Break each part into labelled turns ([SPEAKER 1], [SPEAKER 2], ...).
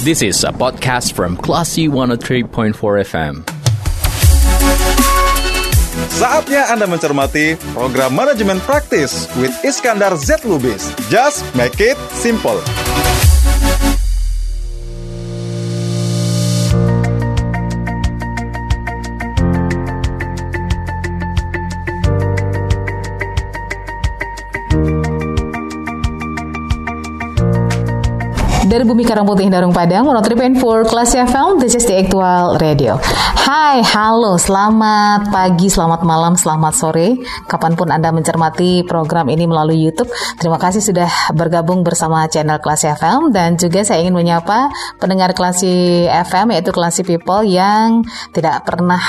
[SPEAKER 1] This is a podcast from Classy 103.4 FM.
[SPEAKER 2] Saatnya Anda mencermati program manajemen praktis with Iskandar Z. Lubis. Just make it simple.
[SPEAKER 3] Dari Bumi Karang Putih Darung Padang, 103.4 Classy FM, this is the actual radio. Hai, halo, selamat pagi, selamat malam, selamat sore, kapanpun Anda mencermati program ini melalui YouTube. Terima kasih sudah bergabung bersama channel Classy FM, dan juga saya ingin menyapa pendengar Classy FM, yaitu Classy People yang tidak pernah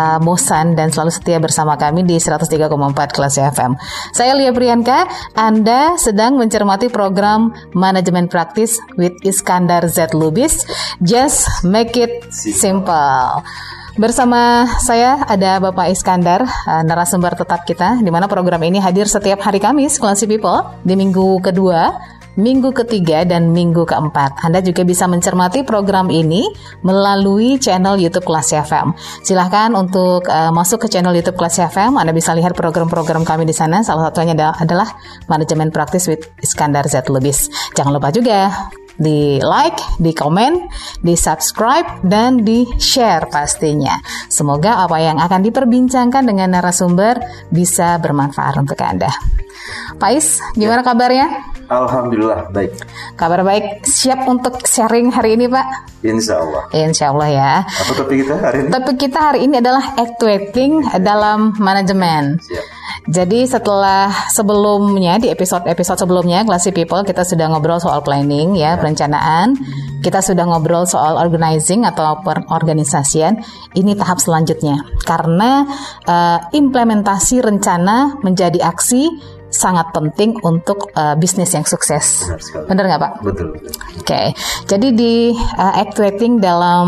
[SPEAKER 3] bosan dan selalu setia bersama kami di 103,4 Classy FM. Saya Lia Priyanka, Anda sedang mencermati program Manajemen Praktis with Iskandar Z. Lubis. Just make it simple. Bersama saya ada Bapak Iskandar, narasumber tetap kita, di mana program ini hadir setiap hari Kamis, Classy People, di minggu kedua, minggu ketiga, dan minggu keempat. Anda juga bisa mencermati program ini melalui channel YouTube Classy FM. Silahkan untuk masuk ke channel YouTube Classy FM. Anda bisa lihat program-program kami di sana. Salah satunya adalah Manajemen Praktis with Iskandar Z. Lubis. Jangan lupa juga di like, di komen, di subscribe, dan di share pastinya. Semoga apa yang akan diperbincangkan dengan narasumber bisa bermanfaat untuk Anda. Pak Is, gimana kabarnya?
[SPEAKER 4] Alhamdulillah, baik.
[SPEAKER 3] Kabar baik. Siap untuk sharing hari ini, Pak?
[SPEAKER 4] Insya Allah.
[SPEAKER 3] Insya Allah ya.
[SPEAKER 4] Apa topik kita hari ini?
[SPEAKER 3] Topik kita hari ini adalah actuating dalam manajemen.
[SPEAKER 4] Siap.
[SPEAKER 3] Jadi setelah sebelumnya, di episode sebelumnya Classy People, kita sudah ngobrol soal planning ya, perencanaan. Kita sudah ngobrol soal organizing atau perorganisasian. Ini tahap selanjutnya. Karena implementasi rencana menjadi aksi sangat penting untuk bisnis yang sukses. Benar nggak, Pak?
[SPEAKER 4] Betul.
[SPEAKER 3] Oke. Jadi di actuating dalam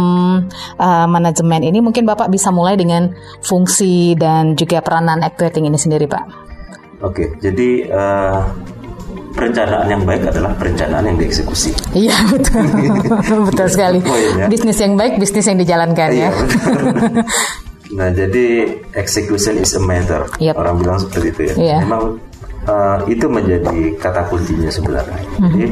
[SPEAKER 3] manajemen ini mungkin Bapak bisa mulai dengan fungsi dan juga peranan actuating ini sendiri, Pak.
[SPEAKER 4] Oke. Jadi perencanaan yang baik adalah perencanaan yang dieksekusi.
[SPEAKER 3] Iya, betul. Betul sekali.
[SPEAKER 4] Poinnya.
[SPEAKER 3] Bisnis yang baik, bisnis yang dijalankan ya.
[SPEAKER 4] Nah, jadi execution is a matter.
[SPEAKER 3] Yep.
[SPEAKER 4] Orang bilang seperti itu ya.
[SPEAKER 3] Yeah.
[SPEAKER 4] Memang itu menjadi kata kuncinya sebenarnya. Jadi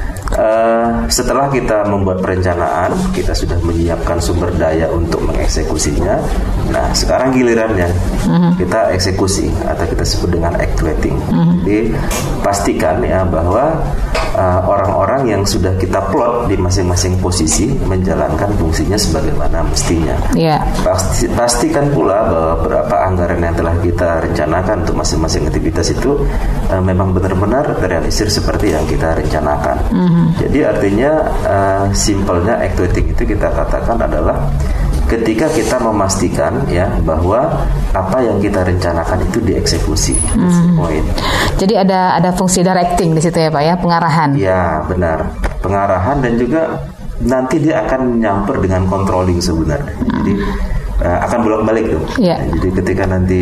[SPEAKER 4] setelah kita membuat perencanaan, kita sudah menyiapkan sumber daya untuk mengeksekusinya. Nah, sekarang gilirannya kita eksekusi atau kita sebut dengan actuating. Jadi pastikan ya bahwa orang-orang yang sudah kita plot di masing-masing posisi menjalankan fungsinya sebagaimana mestinya.
[SPEAKER 3] Yeah.
[SPEAKER 4] Pastikan pula bahwa berapa anggaran yang telah kita rencanakan untuk masing-masing aktivitas itu memang benar-benar terrealisir seperti yang kita rencanakan. Jadi artinya simpelnya actuating itu kita katakan adalah ketika kita memastikan ya bahwa apa yang kita rencanakan itu dieksekusi. Poin.
[SPEAKER 3] Jadi ada fungsi directing di situ ya, Pak ya, pengarahan.
[SPEAKER 4] Ya, benar. Pengarahan dan juga nanti dia akan nyamper dengan controlling sebenarnya. Jadi akan bolak-balik tuh.
[SPEAKER 3] Yeah.
[SPEAKER 4] Jadi ketika nanti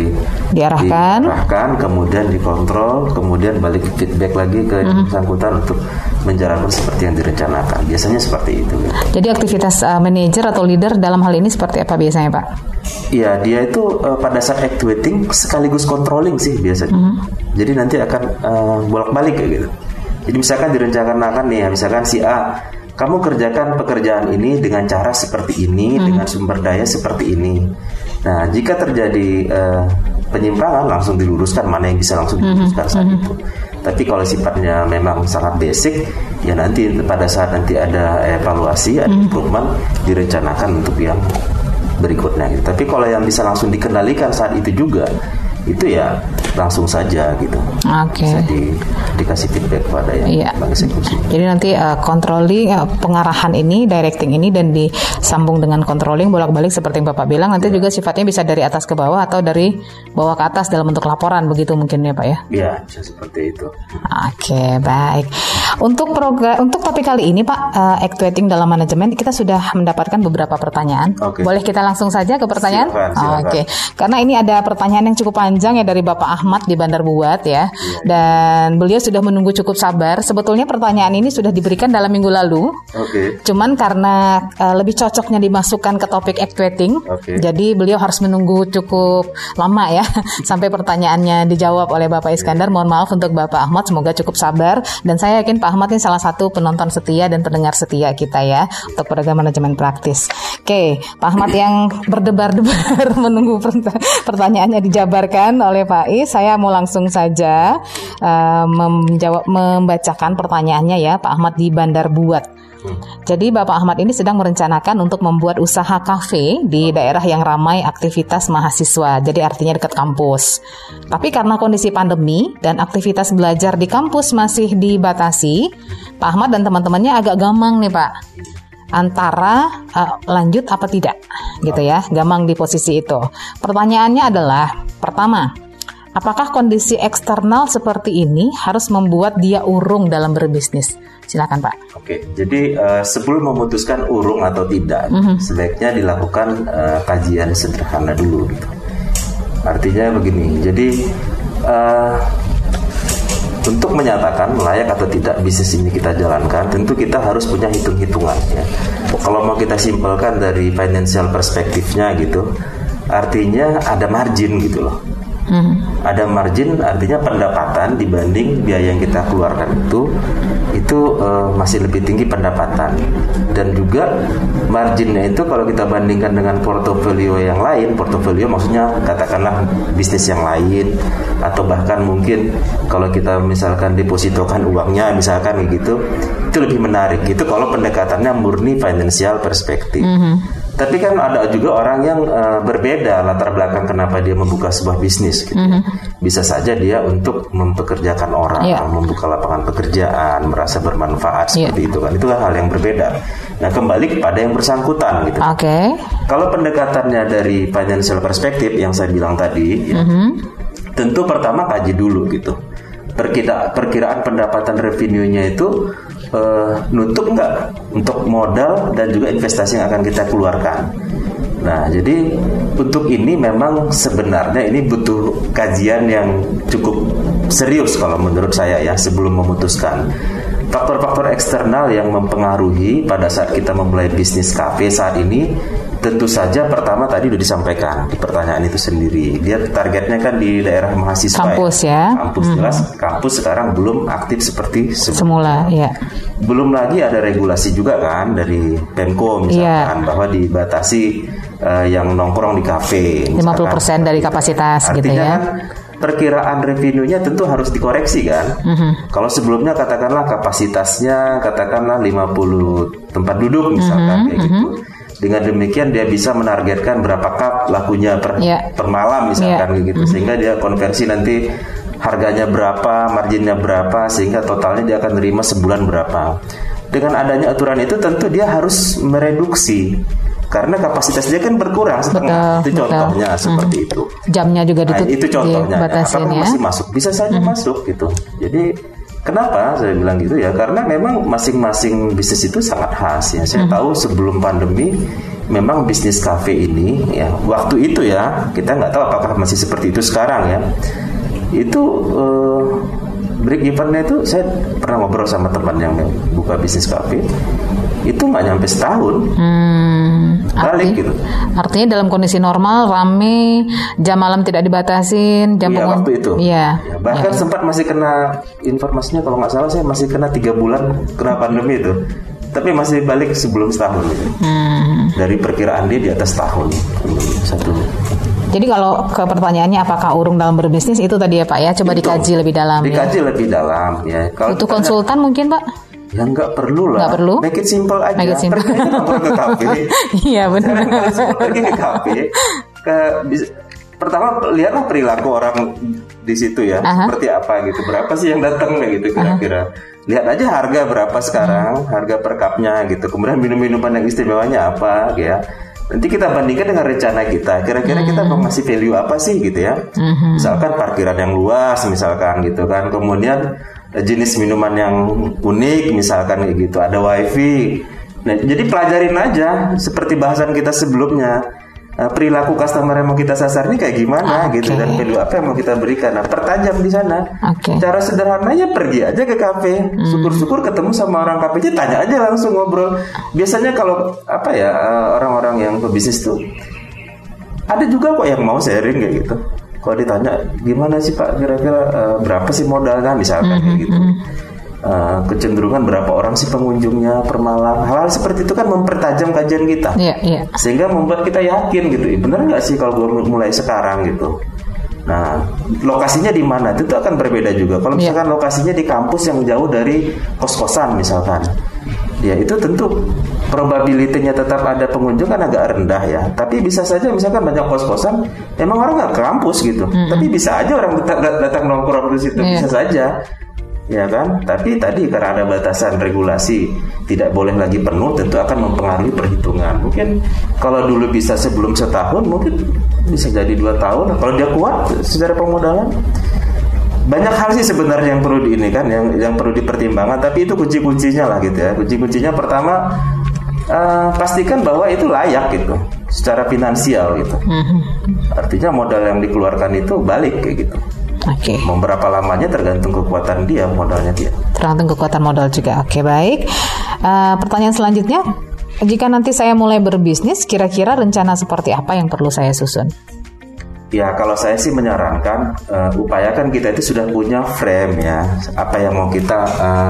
[SPEAKER 3] diarahkan,
[SPEAKER 4] kemudian dikontrol, kemudian balik feedback lagi ke yang bersangkutan untuk menjalankan seperti yang direncanakan. Biasanya seperti itu.
[SPEAKER 3] Jadi aktivitas manajer atau leader dalam hal ini seperti apa biasanya, Pak?
[SPEAKER 4] Iya, dia itu pada saat actuating sekaligus controlling sih biasanya. Jadi nanti akan bolak-balik kayak gitu. Jadi misalkan direncanakan nih, misalkan si A, kamu kerjakan pekerjaan ini dengan cara seperti ini, dengan sumber daya seperti ini. Nah, jika terjadi penyimpangan langsung diluruskan, mana yang bisa langsung diluruskan saat itu. Tapi kalau sifatnya memang sangat basic, ya nanti pada saat nanti ada evaluasi, ada improvement, direncanakan untuk yang berikutnya. Tapi kalau yang bisa langsung dikendalikan saat itu juga, itu ya langsung saja gitu.
[SPEAKER 3] Oke.
[SPEAKER 4] Bisa dikasih feedback pada yang mengeksekusi.
[SPEAKER 3] Jadi nanti controlling, pengarahan ini, directing ini, dan disambung dengan controlling bolak-balik seperti yang Bapak bilang. Nanti juga sifatnya bisa dari atas ke bawah atau dari bawah ke atas dalam bentuk laporan, begitu mungkin ya, Pak ya?
[SPEAKER 4] Iya, bisa seperti itu.
[SPEAKER 3] Oke, baik. Untuk topik kali ini, Pak, actuating dalam manajemen, kita sudah mendapatkan beberapa pertanyaan.
[SPEAKER 4] Okay.
[SPEAKER 3] Boleh kita langsung saja ke pertanyaan?
[SPEAKER 4] Silakan.
[SPEAKER 3] Oke. Karena ini ada pertanyaan yang cukup panjang panjang ya dari Bapak Ahmad di Bandar Buat ya. Dan beliau sudah menunggu cukup sabar. Sebetulnya pertanyaan ini sudah diberikan dalam minggu lalu. Cuman karena lebih cocoknya dimasukkan ke topik actuating, jadi beliau harus menunggu cukup lama ya sampai pertanyaannya dijawab oleh Bapak Iskandar. Mohon maaf untuk Bapak Ahmad, semoga cukup sabar. Dan saya yakin Pak Ahmad ini salah satu penonton setia dan pendengar setia kita ya untuk program manajemen praktis. Oke, Pak Ahmad yang berdebar-debar menunggu pertanyaannya dijabarkan oleh Pak Is, saya mau langsung saja membacakan pertanyaannya ya, Pak Ahmad di Bandar Buat. Jadi Bapak Ahmad ini sedang merencanakan untuk membuat usaha kafe di daerah yang ramai aktivitas mahasiswa, jadi artinya dekat kampus. Tapi karena kondisi pandemi dan aktivitas belajar di kampus masih dibatasi, Pak Ahmad dan teman-temannya agak gamang nih Pak, antara lanjut apa tidak gitu ya, gamang di posisi itu. Pertanyaannya adalah, pertama, apakah kondisi eksternal seperti ini harus membuat dia urung dalam berbisnis? Silakan Pak.
[SPEAKER 4] Oke, jadi sebelum memutuskan urung atau tidak, sebaiknya dilakukan kajian sederhana dulu gitu. Artinya begini, jadi untuk menyatakan layak atau tidak bisnis ini kita jalankan, tentu kita harus punya hitung-hitungan ya. Kalau mau kita simpelkan dari financial perspektifnya gitu, artinya ada margin gitu loh. Ada margin, artinya pendapatan dibanding biaya yang kita keluarkan itu masih lebih tinggi pendapatan. Dan juga marginnya itu kalau kita bandingkan dengan portofolio yang lain, portofolio maksudnya katakanlah bisnis yang lain, atau bahkan mungkin kalau kita misalkan depositokan uangnya misalkan gitu, itu lebih menarik. Itu kalau pendekatannya murni financial perspektif. Tapi kan ada juga orang yang berbeda latar belakang kenapa dia membuka sebuah bisnis gitu. Bisa saja dia untuk mempekerjakan orang, membuka lapangan pekerjaan, merasa bermanfaat seperti itu kan. Itu kan hal yang berbeda. Nah, kembali kepada yang bersangkutan gitu. Kalau pendekatannya dari financial perspektif yang saya bilang tadi, tentu pertama kaji dulu gitu. Perkiraan pendapatan revenue-nya itu nutup nggak untuk modal dan juga investasi yang akan kita keluarkan. Nah, jadi untuk ini memang sebenarnya ini butuh kajian yang cukup serius kalau menurut saya ya sebelum memutuskan. Faktor-faktor eksternal yang mempengaruhi pada saat kita memulai bisnis kafe saat ini, tentu saja pertama tadi sudah disampaikan di pertanyaan itu sendiri. Dia targetnya kan di daerah mahasiswa
[SPEAKER 3] kampus ya.
[SPEAKER 4] Kampus jelas, kampus sekarang belum aktif seperti
[SPEAKER 3] semula ya.
[SPEAKER 4] Belum lagi ada regulasi juga kan dari Pemko misalkan bahwa dibatasi yang nongkrong di kafe
[SPEAKER 3] 50% dari kapasitas
[SPEAKER 4] artinya
[SPEAKER 3] gitu ya.
[SPEAKER 4] Kan, perkiraan revenue-nya tentu harus dikoreksi kan. Kalau sebelumnya katakanlah kapasitasnya katakanlah 50 tempat duduk misalkan kayak gitu. Dengan demikian dia bisa menargetkan berapa cup lakunya per malam misalkan gitu. Sehingga dia konversi nanti harganya berapa, marginnya berapa, sehingga totalnya dia akan terima sebulan berapa. Dengan adanya aturan itu tentu dia harus mereduksi. Karena kapasitas dia kan berkurang setengah. Itu contohnya seperti itu.
[SPEAKER 3] Jamnya juga
[SPEAKER 4] itu contohnya.
[SPEAKER 3] Apakah
[SPEAKER 4] masih masuk? Bisa saja masuk gitu. Jadi kenapa saya bilang gitu ya? Karena memang masing-masing bisnis itu sangat khas ya. Saya tahu sebelum pandemi memang bisnis kafe ini ya waktu itu ya kita nggak tahu apakah masih seperti itu sekarang ya. Itu break evennya itu saya pernah ngobrol sama teman yang buka bisnis kafe. Itu nggak nyampe setahun. Balik gitu.
[SPEAKER 3] Artinya dalam kondisi normal rame, jam malam tidak dibatasin, jam
[SPEAKER 4] waktu itu.
[SPEAKER 3] Iya.
[SPEAKER 4] Bahkan sempat masih kena informasinya kalau nggak salah saya masih kena 3 bulan kena pandemi itu. Tapi masih balik sebelum setahun gitu. Dari perkiraan dia di atas tahun. Satu.
[SPEAKER 3] Jadi kalau ke pertanyaannya apakah urung dalam berbisnis itu tadi ya Pak ya, coba dikaji lebih dalam.
[SPEAKER 4] Dikaji lebih dalam ya. Kalau
[SPEAKER 3] itu konsultan mungkin Pak?
[SPEAKER 4] Ya nggak perlu lah.
[SPEAKER 3] Nggak perlu.
[SPEAKER 4] Make it simple aja.
[SPEAKER 3] Make it simple.
[SPEAKER 4] Pergi aja nongkrong ke kafe.
[SPEAKER 3] Iya benar.
[SPEAKER 4] Pergi ke kafe. Pertama lihatlah perilaku orang di situ ya. Seperti apa gitu. Berapa sih yang datang kayak gitu kira-kira. Lihat aja harga berapa sekarang, harga per cupnya gitu. Kemudian minum-minuman yang istimewanya apa ya. Nanti kita bandingkan dengan rencana kita. Kira-kira kita mau ngasih value apa sih gitu ya. Misalkan parkiran yang luas misalkan gitu kan. Kemudian jenis minuman yang unik misalkan kayak gitu, ada wifi. Nah, jadi pelajarin aja seperti bahasan kita sebelumnya. perilaku customer yang mau kita sasar ini kayak gimana gitu, dan value apa yang mau kita berikan. Nah, pertajam di sana. Cara sederhananya pergi aja ke kafe, syukur-syukur ketemu sama orang kafenya, tanya aja langsung, ngobrol. Biasanya kalau orang-orang yang pebisnis tuh ada juga kok yang mau sharing kayak gitu. Kalau ditanya gimana sih Pak, kira-kira berapa sih modalnya misalkan kayak gitu. Kecenderungan berapa orang sih pengunjungnya per malam, hal-hal seperti itu kan mempertajam kajian kita, sehingga membuat kita yakin gitu, benar nggak sih kalau gue mulai sekarang gitu. Nah, lokasinya di mana itu akan berbeda juga. Kalau misalkan lokasinya di kampus yang jauh dari kos-kosan misalkan, ya itu tentu probabilitasnya tetap ada pengunjung kan agak rendah ya. Tapi bisa saja misalkan banyak kos-kosan, emang orang nggak ke kampus gitu, tapi bisa aja orang datang nongkrong di situ, bisa saja. Ya kan, tapi tadi karena ada batasan regulasi tidak boleh lagi penuh, tentu akan mempengaruhi perhitungan. Mungkin kalau dulu bisa sebelum setahun, mungkin bisa jadi 2 tahun. Kalau dia kuat secara pemodalan, banyak hal sih sebenarnya yang perlu yang perlu dipertimbangkan. Tapi itu kunci-kuncinya lah gitu ya. Kunci-kuncinya pertama, pastikan bahwa itu layak gitu, secara finansial gitu. Artinya modal yang dikeluarkan itu balik kayak gitu. Mau berapa lamanya tergantung kekuatan dia, modalnya dia.
[SPEAKER 3] Tergantung kekuatan modal juga. Baik. Pertanyaan selanjutnya, jika nanti saya mulai berbisnis, kira-kira rencana seperti apa yang perlu saya susun?
[SPEAKER 4] Ya, kalau saya sih menyarankan upayakan kita itu sudah punya frame ya, apa yang mau kita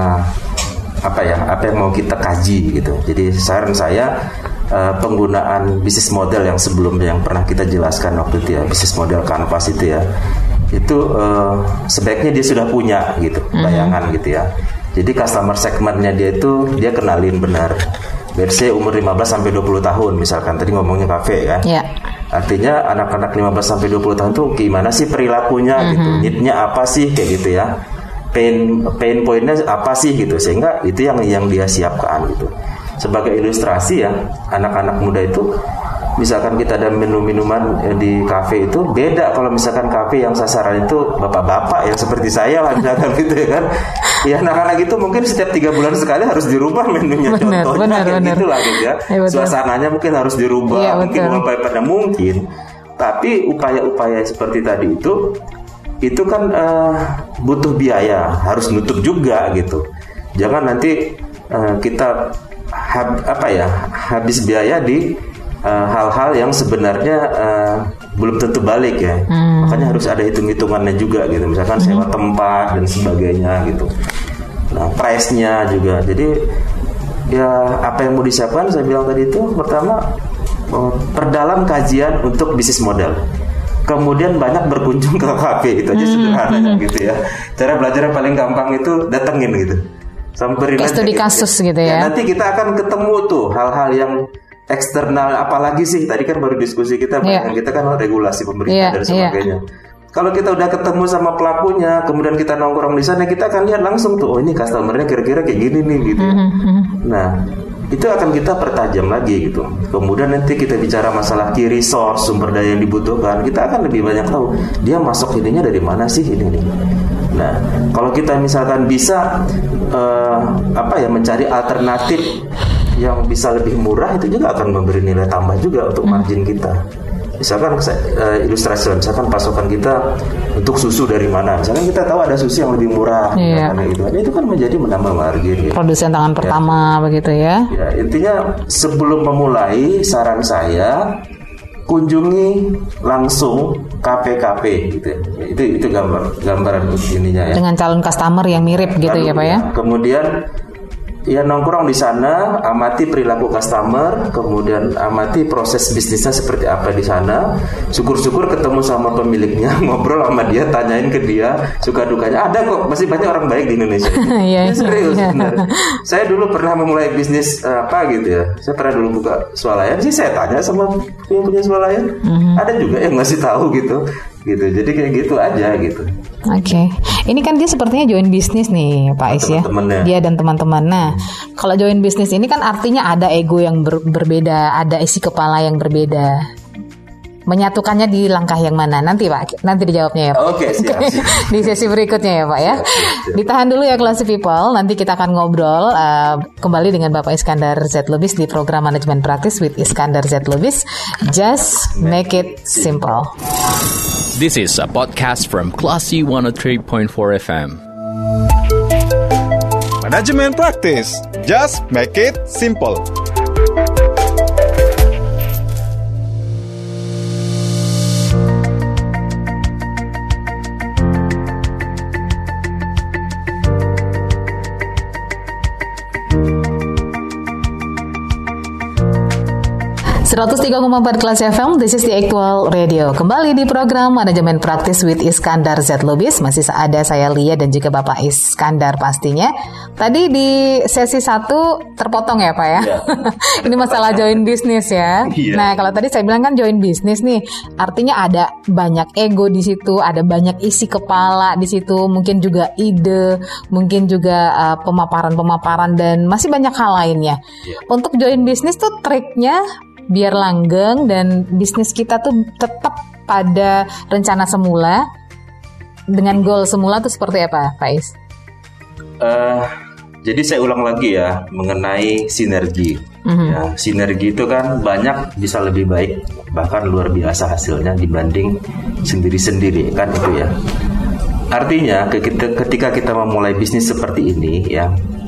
[SPEAKER 4] apa yang mau kita kaji gitu. Jadi saran saya penggunaan bisnis model yang sebelumnya yang pernah kita jelaskan waktu itu ya, bisnis model kanvas itu ya. Itu sebaiknya dia sudah punya gitu, bayangan gitu ya. Jadi customer segmentnya dia itu dia kenalin benar. Versi umur 15 sampai 20 tahun misalkan, tadi ngomongnya kafe kan. Artinya anak-anak 15 sampai 20 tahun tuh gimana sih perilakunya gitu. Need-nya apa sih kayak gitu ya. Pain point-nya apa sih gitu, sehingga itu yang dia siapkan gitu. Sebagai ilustrasi ya, anak-anak muda itu misalkan kita ada minuman di kafe itu beda kalau misalkan kafe yang sasaran itu bapak-bapak yang seperti saya lah misalkan gitu ya kan. Ya anak-anak itu mungkin setiap 3 bulan sekali harus dirubah menunya, contohnya kayak gitulah gitu ya. Suasananya mungkin harus dirubah, mungkin wallpaper-nya mungkin. Tapi upaya-upaya seperti tadi itu kan butuh biaya, harus nutup juga gitu. Jangan nanti kita habis biaya di hal-hal yang sebenarnya belum tentu balik ya. Makanya harus ada hitung-hitungannya juga gitu. Misalkan sewa tempat dan sebagainya gitu. Nah, price-nya juga. Jadi ya apa yang mau disiapkan saya bilang tadi itu pertama perdalam kajian untuk bisnis model. Kemudian banyak berkunjung ke kafe, itu aja sederhananya gitu ya. Cara belajar yang paling gampang itu datengin gitu. Samperin aja
[SPEAKER 3] studi kasus gitu ya.
[SPEAKER 4] Nanti kita akan ketemu tuh hal-hal yang eksternal, apalagi sih tadi kan baru diskusi kita kita kan regulasi pemerintah dan sebagainya. Kalau kita udah ketemu sama pelakunya, kemudian kita nongkrong di sana, kita akan lihat langsung tuh, oh ini customernya kira-kira kayak gini nih gitu. Nah, itu akan kita pertajam lagi gitu. Kemudian nanti kita bicara masalah key resource, sumber daya yang dibutuhkan, kita akan lebih banyak tahu dia masuk ininya dari mana sih ini. Nah, kalau kita misalkan bisa mencari alternatif yang bisa lebih murah, itu juga akan memberi nilai tambah juga untuk margin kita. Misalkan ilustrasi, misalkan pasokan kita untuk susu dari mana, misalkan kita tahu ada susu yang lebih murah, itu kan menjadi menambah margin. Ya.
[SPEAKER 3] Produsen tangan pertama begitu ya. Ya,
[SPEAKER 4] intinya sebelum memulai, saran saya kunjungi langsung kafe-kafe gitu. Itu gambaran ininya ya.
[SPEAKER 3] Dengan calon customer yang mirip gitu ya Pak ya.
[SPEAKER 4] Kemudian ya nongkrong di sana, amati perilaku customer, kemudian amati proses bisnisnya seperti apa di sana. Syukur-syukur ketemu sama pemiliknya, ngobrol sama dia, tanyain ke dia suka dukanya. Ada kok, masih banyak orang baik di Indonesia. Serius benar. Saya dulu pernah memulai bisnis gitu ya. Saya pernah dulu buka swalayan, sih saya tanya sama yang punya swalayan. Ada juga yang ngasih tahu gitu. Jadi kayak gitu aja gitu.
[SPEAKER 3] Oke. Ini kan dia sepertinya join bisnis nih Pak Is ya. Dia dan teman-teman. Nah, kalau join bisnis ini kan artinya ada ego yang berbeda, ada isi kepala yang berbeda. menyatukannya di langkah yang mana? Nanti Pak, nanti dijawabnya ya Pak.
[SPEAKER 4] Oke, siap.
[SPEAKER 3] Di sesi berikutnya ya Pak ya.
[SPEAKER 4] Siap.
[SPEAKER 3] Ditahan dulu ya Classy People, nanti kita akan ngobrol kembali dengan Bapak Iskandar Z. Lubis di program Manajemen Praktis with Iskandar Z. Lubis. Just make it simple.
[SPEAKER 1] This is a podcast from Classy 103.4 FM.
[SPEAKER 2] Manajemen Praktis, just make it simple.
[SPEAKER 3] .4 Classy FM, this is the actual radio. Kembali di program Manajemen Praktis with Iskandar Z. Lubis. Masih ada saya Lia dan juga Bapak Iskandar pastinya. Tadi di sesi 1 terpotong ya Pak ya.
[SPEAKER 4] Ya.
[SPEAKER 3] Ini masalah join bisnis ya.
[SPEAKER 4] Iya.
[SPEAKER 3] Nah kalau tadi saya bilang kan join bisnis nih, artinya ada banyak ego di situ, ada banyak isi kepala di situ, mungkin juga ide, mungkin juga pemaparan-pemaparan dan masih banyak hal lainnya.
[SPEAKER 4] Ya.
[SPEAKER 3] Untuk join bisnis tuh triknya biar langgeng dan bisnis kita tuh tetap pada rencana semula dengan goal semula tuh seperti apa, Pak Is?
[SPEAKER 4] Jadi saya ulang lagi ya mengenai sinergi. Ya, sinergi itu kan banyak bisa lebih baik, bahkan luar biasa hasilnya dibanding sendiri-sendiri kan itu ya. Artinya ketika kita memulai bisnis seperti ini ya,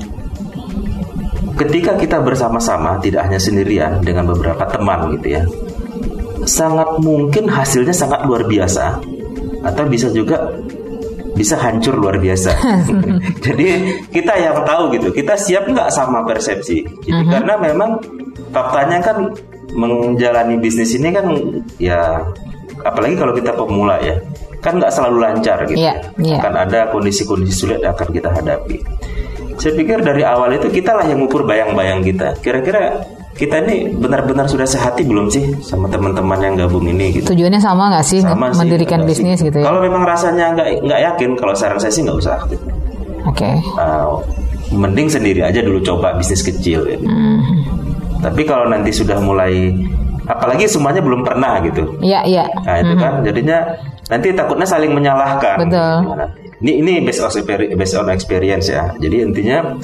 [SPEAKER 4] ketika kita bersama-sama, tidak hanya sendirian dengan beberapa teman gitu ya, sangat mungkin hasilnya sangat luar biasa, atau bisa juga bisa hancur luar biasa. Jadi kita yang tahu gitu, kita siap nggak sama persepsi. Jadi karena memang faktanya kan menjalani bisnis ini kan ya, apalagi kalau kita pemula ya, kan nggak selalu lancar gitu. Akan ada kondisi-kondisi sulit yang akan kita hadapi. Saya pikir dari awal itu kita lah yang mengukur bayang-bayang kita. Kira-kira kita ini benar-benar sudah sehati belum sih sama teman-teman yang gabung ini gitu.
[SPEAKER 3] Tujuannya sama nggak sih
[SPEAKER 4] sama
[SPEAKER 3] mendirikan
[SPEAKER 4] sih,
[SPEAKER 3] bisnis gitu ya?
[SPEAKER 4] Kalau memang rasanya nggak yakin, kalau saran saya sih nggak usah aktif.
[SPEAKER 3] Oke.
[SPEAKER 4] Mending sendiri aja dulu coba bisnis kecil gitu. Tapi kalau nanti sudah mulai, apalagi semuanya belum pernah gitu.
[SPEAKER 3] Iya.
[SPEAKER 4] Nah itu kan jadinya nanti takutnya saling menyalahkan.
[SPEAKER 3] Betul.
[SPEAKER 4] Gimana? Ini based on experience ya. Jadi intinya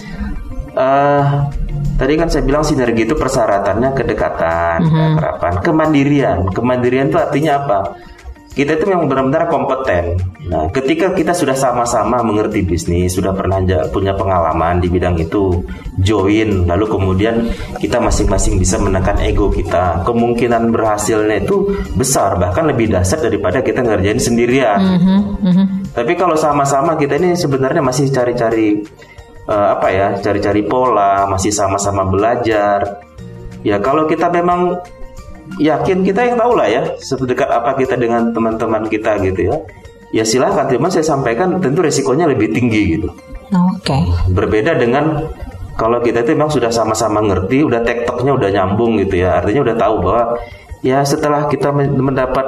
[SPEAKER 4] tadi kan saya bilang sinergi itu persyaratannya kedekatan, keakraban, kemandirian. Kemandirian itu artinya apa? Kita itu memang benar-benar kompeten. Nah, ketika kita sudah sama-sama mengerti bisnis, sudah pernah punya pengalaman di bidang itu, join, lalu kemudian kita masing-masing bisa menekan ego kita, kemungkinan berhasilnya itu besar, bahkan lebih dahsyat daripada kita ngerjain sendirian. Tapi kalau sama-sama kita ini sebenarnya masih cari-cari cari-cari pola, masih sama-sama belajar. Ya kalau kita memang yakin, kita yang tahu lah ya sedekat apa kita dengan teman-teman kita gitu ya. Ya silahkan, cuma saya sampaikan tentu resikonya lebih tinggi gitu.
[SPEAKER 3] Oke.
[SPEAKER 4] Berbeda dengan kalau kita itu memang sudah sama-sama ngerti, udah tektoknya udah nyambung gitu ya. Artinya udah tahu bahwa ya setelah kita mendapat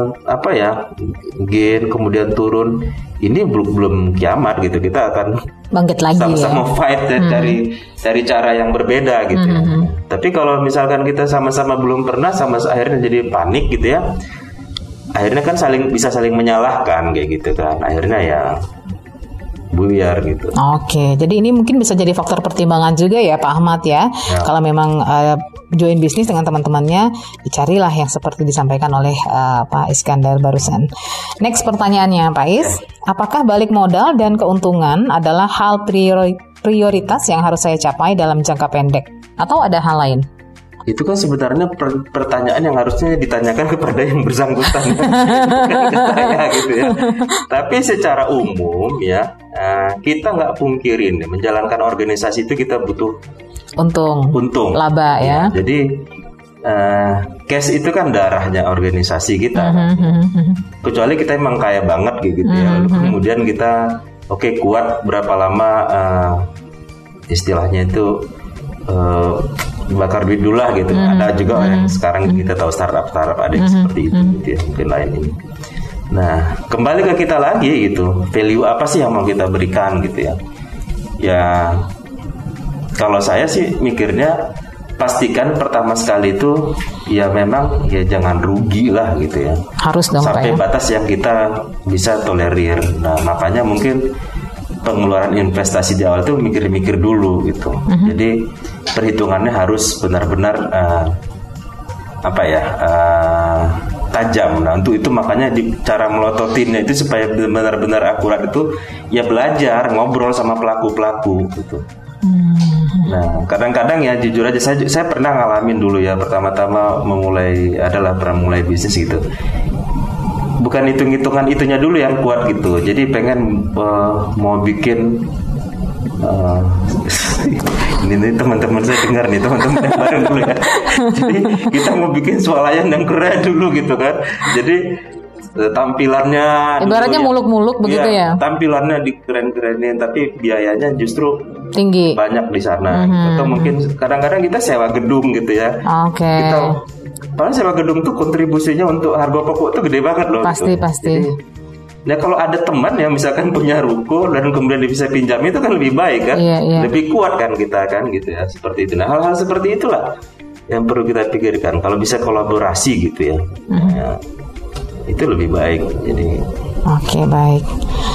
[SPEAKER 4] gain kemudian turun, ini belum kiamat gitu. Kita akan
[SPEAKER 3] bangkit lagi
[SPEAKER 4] sama-sama fight dari cara yang berbeda gitu ya. Tapi kalau misalkan kita sama-sama belum pernah, akhirnya jadi panik gitu ya, akhirnya kan bisa saling menyalahkan kayak gitu kan, akhirnya ya buyar gitu.
[SPEAKER 3] Oke, jadi ini mungkin bisa jadi faktor pertimbangan juga ya Pak Ahmad ya. Kalau memang join bisnis dengan teman-temannya, dicarilah yang seperti disampaikan oleh Pak Iskandar barusan. Next pertanyaannya Pak Is, apakah balik modal dan keuntungan adalah hal prioritas yang harus saya capai dalam jangka pendek, atau ada hal lain?
[SPEAKER 4] Itu kan sebenarnya pertanyaan yang harusnya ditanyakan kepada yang bersangkutan, bukan ke saya gitu ya. Tapi secara umum ya, kita nggak pungkirin menjalankan organisasi itu kita butuh untung,
[SPEAKER 3] laba ya.
[SPEAKER 4] Jadi cash itu kan darahnya organisasi kita. Kecuali kita emang kaya banget gitu ya. Lalu kemudian kita kuat berapa lama, istilahnya itu bakar duit dulu lah gitu. Ada juga yang sekarang kita tahu startup ada yang seperti itu gitu ya, mungkin lain ini. Nah, kembali ke kita lagi gitu. Value apa sih yang mau kita berikan gitu ya? Ya kalau saya sih mikirnya pastikan pertama sekali itu ya memang ya jangan rugi lah gitu ya.
[SPEAKER 3] Harus dong
[SPEAKER 4] sampai
[SPEAKER 3] Pak, ya?
[SPEAKER 4] batas yang kita bisa tolerir. Nah makanya mungkin pengeluaran investasi di awal itu mikir-mikir dulu gitu. Jadi perhitungannya harus benar-benar tajam. Nah untuk itu makanya cara melototinnya itu supaya benar-benar akurat itu ya belajar ngobrol sama pelaku-pelaku gitu. Nah kadang-kadang ya jujur aja saya pernah ngalamin dulu ya pertama-tama pernah mulai bisnis gitu. Bukan hitung-hitungan itunya dulu yang kuat gitu. Jadi pengen mau bikin ini teman-teman saya dengar nih, teman-teman yang bareng dulu ya. Jadi kita mau bikin swalayan yang keren dulu gitu kan. Jadi tampilannya
[SPEAKER 3] ibaratnya muluk-muluk begitu ya.
[SPEAKER 4] Tampilannya dikeren-kerenin tapi biayanya justru
[SPEAKER 3] tinggi.
[SPEAKER 4] Banyak di sana. Atau mungkin kadang-kadang kita sewa gedung gitu ya.
[SPEAKER 3] Oke.
[SPEAKER 4] Padahal sewa gedung tuh kontribusinya untuk harga pokok tuh gede banget loh.
[SPEAKER 3] Pasti.
[SPEAKER 4] Jadi, nah kalau ada teman yang misalkan punya ruko dan kemudian dia bisa pinjam itu kan lebih baik kan, lebih kuat kan kita kan gitu ya seperti itu. Nah hal-hal seperti itulah yang perlu kita pikirkan. Kalau bisa kolaborasi gitu ya, ya itu lebih baik. Jadi.
[SPEAKER 3] Oke, baik.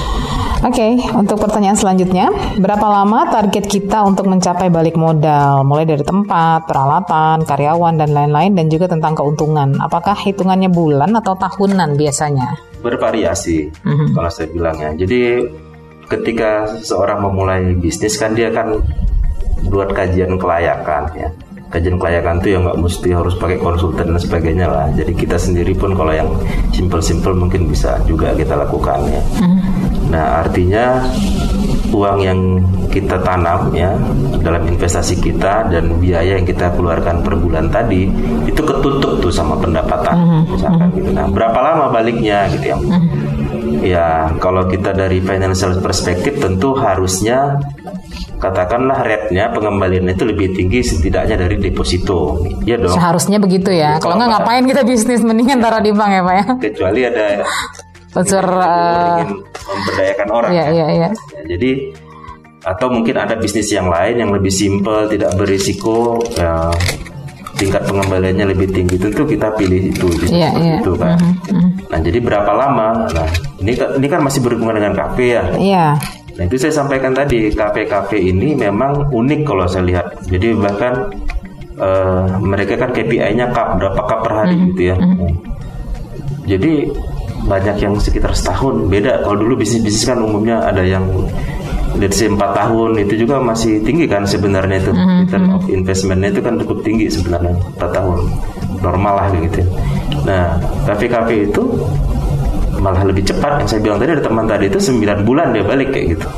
[SPEAKER 3] Oke, untuk pertanyaan selanjutnya, berapa lama target kita untuk mencapai balik modal, mulai dari tempat, peralatan, karyawan, dan lain-lain, dan juga tentang keuntungan? Apakah hitungannya bulan atau tahunan biasanya?
[SPEAKER 4] Bervariasi, kalau saya bilang ya. Jadi ketika seorang memulai bisnis kan dia kan buat kajian kelayakan ya. Kajian kelayakan itu ya nggak mesti harus pakai konsultan dan sebagainya lah. Jadi kita sendiri pun kalau yang simple-simple mungkin bisa juga kita lakukan ya. Nah artinya uang yang kita tanam ya dalam investasi kita dan biaya yang kita keluarkan per bulan tadi itu ketutup tuh sama pendapatan misalkan gitu. Nah berapa lama baliknya gitu ya? Ya kalau kita dari financial perspektif tentu harusnya katakanlah rate-nya pengembalian itu lebih tinggi setidaknya dari deposito. Ya dong. Seharusnya begitu ya. Kalau nggak ngapain kita bisnis, mendingan taruh di bank ya Pak ya. Kecuali ada unsur ingin memberdayakan orang. Iya. Ya, jadi atau mungkin ada bisnis yang lain yang lebih simpel, tidak berisiko, ya, tingkat pengembaliannya lebih tinggi. Tentu kita pilih itu itu kan. Nah, jadi berapa lama? Nah, ini kan masih berhubungan dengan kafe ya. Iya. Nah itu saya sampaikan tadi, kafe-kafe ini memang unik kalau saya lihat. Jadi bahkan mereka kan KPI-nya berapa cup per hari gitu ya. Jadi banyak yang sekitar setahun. Beda kalau dulu bisnis-bisnis kan umumnya ada yang dari 4 tahun, itu juga masih tinggi kan sebenarnya itu. Return of investment-nya itu kan cukup tinggi sebenarnya 4 tahun. Normal lah gitu. Nah kafe-kafe itu malah lebih cepat. Yang saya bilang tadi ada teman tadi itu 9 bulan dia balik kayak gitu.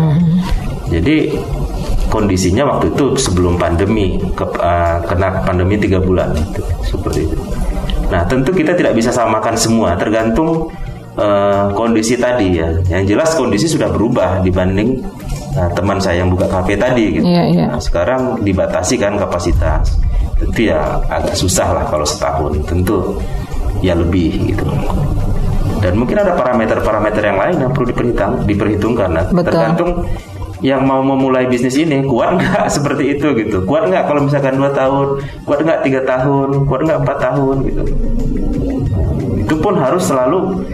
[SPEAKER 4] Jadi kondisinya waktu itu sebelum pandemi, kena pandemi 3 bulan gitu, seperti itu. Nah tentu kita tidak bisa samakan semua, tergantung kondisi tadi ya. Yang jelas kondisi sudah berubah dibanding teman saya yang buka kafe tadi gitu. Nah, sekarang dibatasi kan kapasitas. Tentu ya agak susah lah kalau setahun. Tentu ya lebih gitu. Dan mungkin ada parameter-parameter yang lain yang perlu diperhitungkan. Nah, tergantung yang mau memulai bisnis ini kuat nggak seperti itu gitu. Kuat nggak kalau misalkan 2 tahun, kuat nggak 3 tahun, kuat nggak 4 tahun gitu. Itu pun harus selalu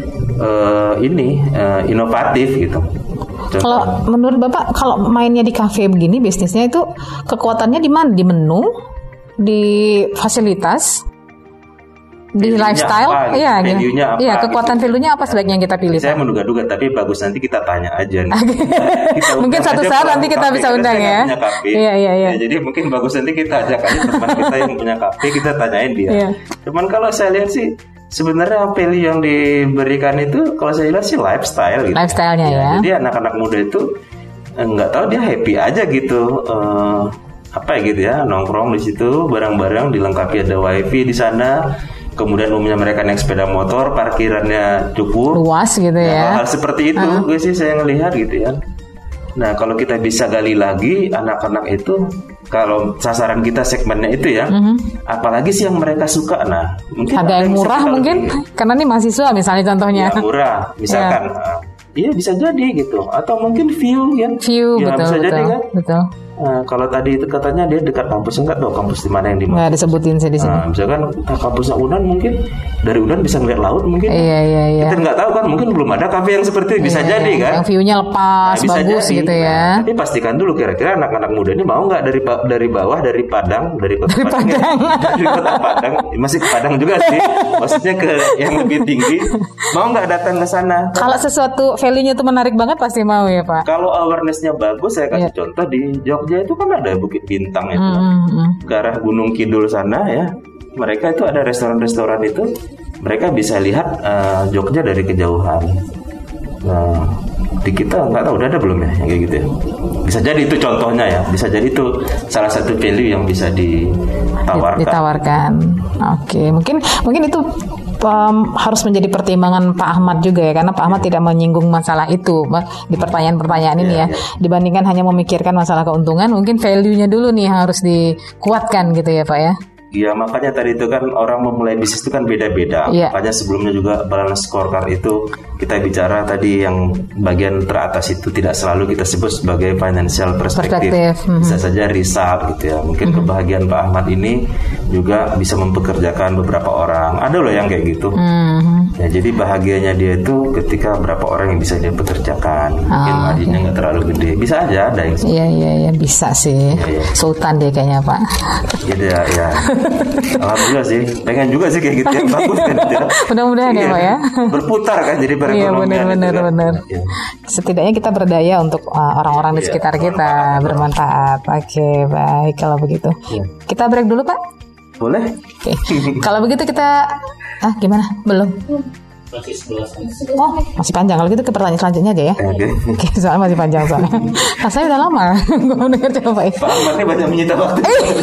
[SPEAKER 4] inovatif gitu. Contoh. Kalau menurut Bapak, kalau mainnya di kafe begini bisnisnya itu kekuatannya di mana? Di menu, di fasilitas, di lifestyle, iya, kekuatan value-nya apa sebaiknya yang kita pilih? Saya menduga-duga, tapi bagus nanti kita tanya aja. Mungkin satu saat nanti kita bisa undang ya. Iya. Jadi mungkin bagus nanti kita ajak aja teman kita yang punya kafe, kita tanyain dia. Cuman kalau saya lihat sih sebenarnya value yang diberikan itu, kalau saya lihat sih lifestyle gitu. Lifestyle-nya ya. Jadi anak-anak muda itu nggak tahu dia happy aja gitu. Gitu ya, nongkrong di situ bareng-bareng, dilengkapi ada wifi di sana. Kemudian umumnya mereka naik sepeda motor, parkirannya cukup luas gitu ya. Hal seperti itu gue sih saya ngelihat gitu ya. Nah kalau kita bisa gali lagi anak-anak itu, kalau sasaran kita segmennya itu ya, apalagi sih yang mereka suka. Nah mungkin harga yang murah mungkin karena ini mahasiswa misalnya contohnya. Ya, murah misalkan. Iya bisa jadi gitu. Atau mungkin view ya. View ya, betul, bisa jadi kan. Betul. kalau tadi itu katanya dia dekat kampus, enggak tahu kampus di mana yang di mana.
[SPEAKER 3] Nggak disebutin saya di sini.
[SPEAKER 4] Misalkan kampusnya Unan, mungkin dari Unan bisa ngeliat laut mungkin.
[SPEAKER 3] Iya.
[SPEAKER 4] Kita nggak tahu kan, mungkin belum ada kafe yang seperti itu. Bisa jadi kan.
[SPEAKER 3] Yang view-nya lepas, bagus jadi, gitu ya.
[SPEAKER 4] Tapi pastikan dulu kira-kira anak-anak muda ini mau nggak dari bawah, dari Padang, dari kota Padang. Dari kota Padang, masih ke Padang juga sih. Maksudnya ke yang lebih tinggi. Mau nggak datang ke sana?
[SPEAKER 3] Kalau sesuatu value-nya itu menarik banget pasti mau ya Pak.
[SPEAKER 4] Kalau awareness-nya bagus, saya kasih contoh di Jogja itu kan ada Bukit Bintang itu, ke arah Gunung Kidul sana ya. Mereka itu ada restoran-restoran itu, mereka bisa lihat Jogja dari kejauhan. Nah, di kita nggak tahu udah ada belum ya yang kayak gitu ya. Bisa jadi itu contohnya ya, bisa jadi itu salah satu value yang bisa ditawarkan. Oke, mungkin itu harus menjadi pertimbangan Pak Ahmad juga ya, karena Pak Ahmad tidak menyinggung masalah itu di pertanyaan-pertanyaan ini ya. Dibandingkan hanya memikirkan masalah keuntungan, mungkin value-nya dulu nih yang harus dikuatkan gitu ya Pak ya. Iya, makanya tadi itu kan orang memulai bisnis itu kan beda-beda. Makanya sebelumnya juga balance scorecard itu kita bicara tadi yang bagian teratas itu tidak selalu kita sebut sebagai financial perspective. Bisa saja result gitu ya. Mungkin kebahagiaan Pak Ahmad ini juga bisa mempekerjakan beberapa orang. Ada loh yang kayak gitu. Ya, jadi bahagianya dia itu ketika berapa orang yang bisa dia pekerjakan. Mungkin marginnya nggak terlalu gede. Bisa aja ada yang
[SPEAKER 3] Iya, bisa sih. Sultan deh kayaknya Pak.
[SPEAKER 4] Iya. Alhamdulillah sih, pengen juga sih kayak gitu ya. Bagus kan ya.
[SPEAKER 3] Mudah-mudahan ya Pak ya.
[SPEAKER 4] Berputar kan jadi perekonomian.
[SPEAKER 3] Iya benar. Setidaknya kita berdaya untuk orang-orang di sekitar kita, bermanfaat. Oke, baik kalau begitu. Kita break dulu Pak.
[SPEAKER 4] Boleh.
[SPEAKER 3] Oke. Kalau begitu kita gimana? Belum.
[SPEAKER 1] Masih 11 menit.
[SPEAKER 3] Oh, masih panjang. Kalau gitu ke pertanyaan selanjutnya aja ya. Oke, soalnya masih panjang soalnya. Saya udah lama gue mau dengar jawabannya.
[SPEAKER 4] Pak Ahmadnya banyak menyita waktu.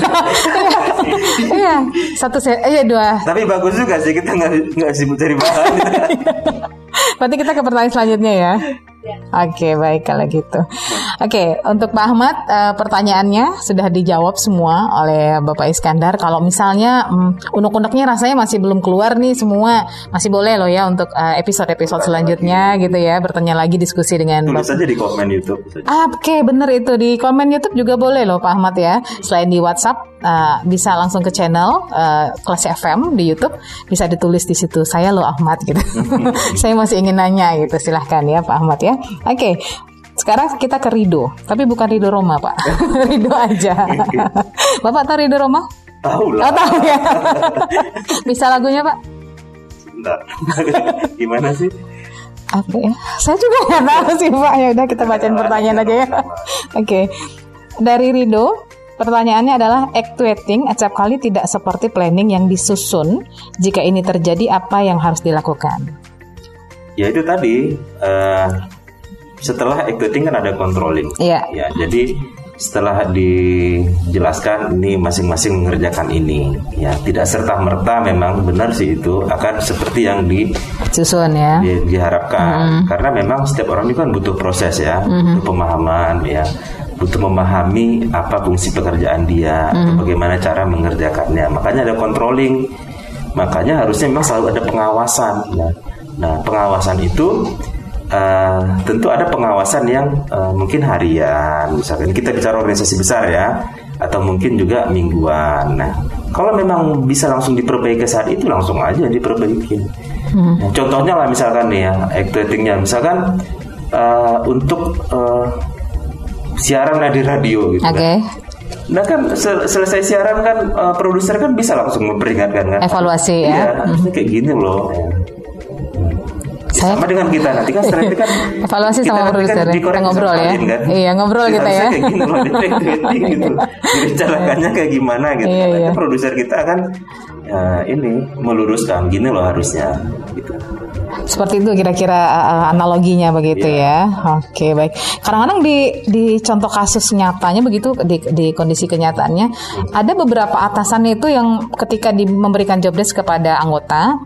[SPEAKER 3] Iya, dua.
[SPEAKER 4] Tapi bagus juga sih, kita nggak sibuk cari bahan.
[SPEAKER 3] Berarti kita ke pertanyaan selanjutnya ya. Oke, baik kalau gitu. Oke, untuk Pak Ahmad, pertanyaannya sudah dijawab semua oleh Bapak Iskandar. Kalau misalnya unek-uneknya rasanya masih belum keluar nih semua, masih boleh loh ya untuk episode-episode selanjutnya gitu ya, bertanya lagi, diskusi dengan
[SPEAKER 4] Tulis aja di komen YouTube.
[SPEAKER 3] Oke, bener itu di komen YouTube juga boleh loh Pak Ahmad ya. Selain di WhatsApp, bisa langsung ke channel Kelas FM di YouTube, bisa ditulis di situ, saya loh Ahmad gitu. Saya masih ingin nanya gitu, silahkan ya Pak Ahmad ya. Oke, sekarang kita ke Rido, tapi bukan Rido Roma Pak. Rido aja. Bapak tahu Rido Roma?
[SPEAKER 4] Tahu lah.
[SPEAKER 3] Tahu ya. Bisa lagunya Pak?
[SPEAKER 4] Sebentar. Gimana sih?
[SPEAKER 3] Apa ya? Saya juga nggak tahu sih Pak. Ya udah kita bacain pertanyaan aja ya. Oke. Dari Rido, pertanyaannya adalah actuating acap kali tidak seperti planning yang disusun. Jika ini terjadi, apa yang harus dilakukan?
[SPEAKER 4] Ya itu tadi, setelah actuating kan ada controlling.
[SPEAKER 3] Iya.
[SPEAKER 4] Ya, jadi setelah dijelaskan ini masing-masing mengerjakan ini, ya tidak serta merta memang benar sih itu akan seperti yang
[SPEAKER 3] disusun ya.
[SPEAKER 4] Diharapkan. Karena memang setiap orang itu kan butuh proses ya, butuh pemahaman ya. Butuh memahami apa fungsi pekerjaan dia, bagaimana cara mengerjakannya. Makanya ada controlling. Makanya harusnya memang selalu ada pengawasan. Nah, pengawasan itu tentu ada pengawasan yang mungkin harian, misalkan kita bicara organisasi besar ya, atau mungkin juga mingguan. Nah, kalau memang bisa langsung diperbaiki saat itu, langsung aja diperbaiki. Nah, contohnya lah misalkan nih ya, actuatingnya misalkan untuk siaran di radio gitu kan. Nah kan selesai siaran kan produser kan bisa langsung memperingatkan kan.
[SPEAKER 3] Evaluasi ya.
[SPEAKER 4] Kayak gini loh. Sama dengan kita nanti kan setelah itu kan
[SPEAKER 3] evaluasi sama produser kan kita ngobrol ya.
[SPEAKER 4] Kan?
[SPEAKER 3] Iya ngobrol kita ya.
[SPEAKER 4] Kayak gini loh, gitu. Direncanakannya kayak gimana gitu. Nanti produser kita kan ini meluruskan gini loh harusnya gitu.
[SPEAKER 3] Seperti itu kira-kira analoginya begitu ya. Oke, baik. Kadang-kadang di contoh kasus nyatanya begitu, di kondisi kenyataannya ada beberapa atasan itu yang ketika memberikan job desk kepada anggota,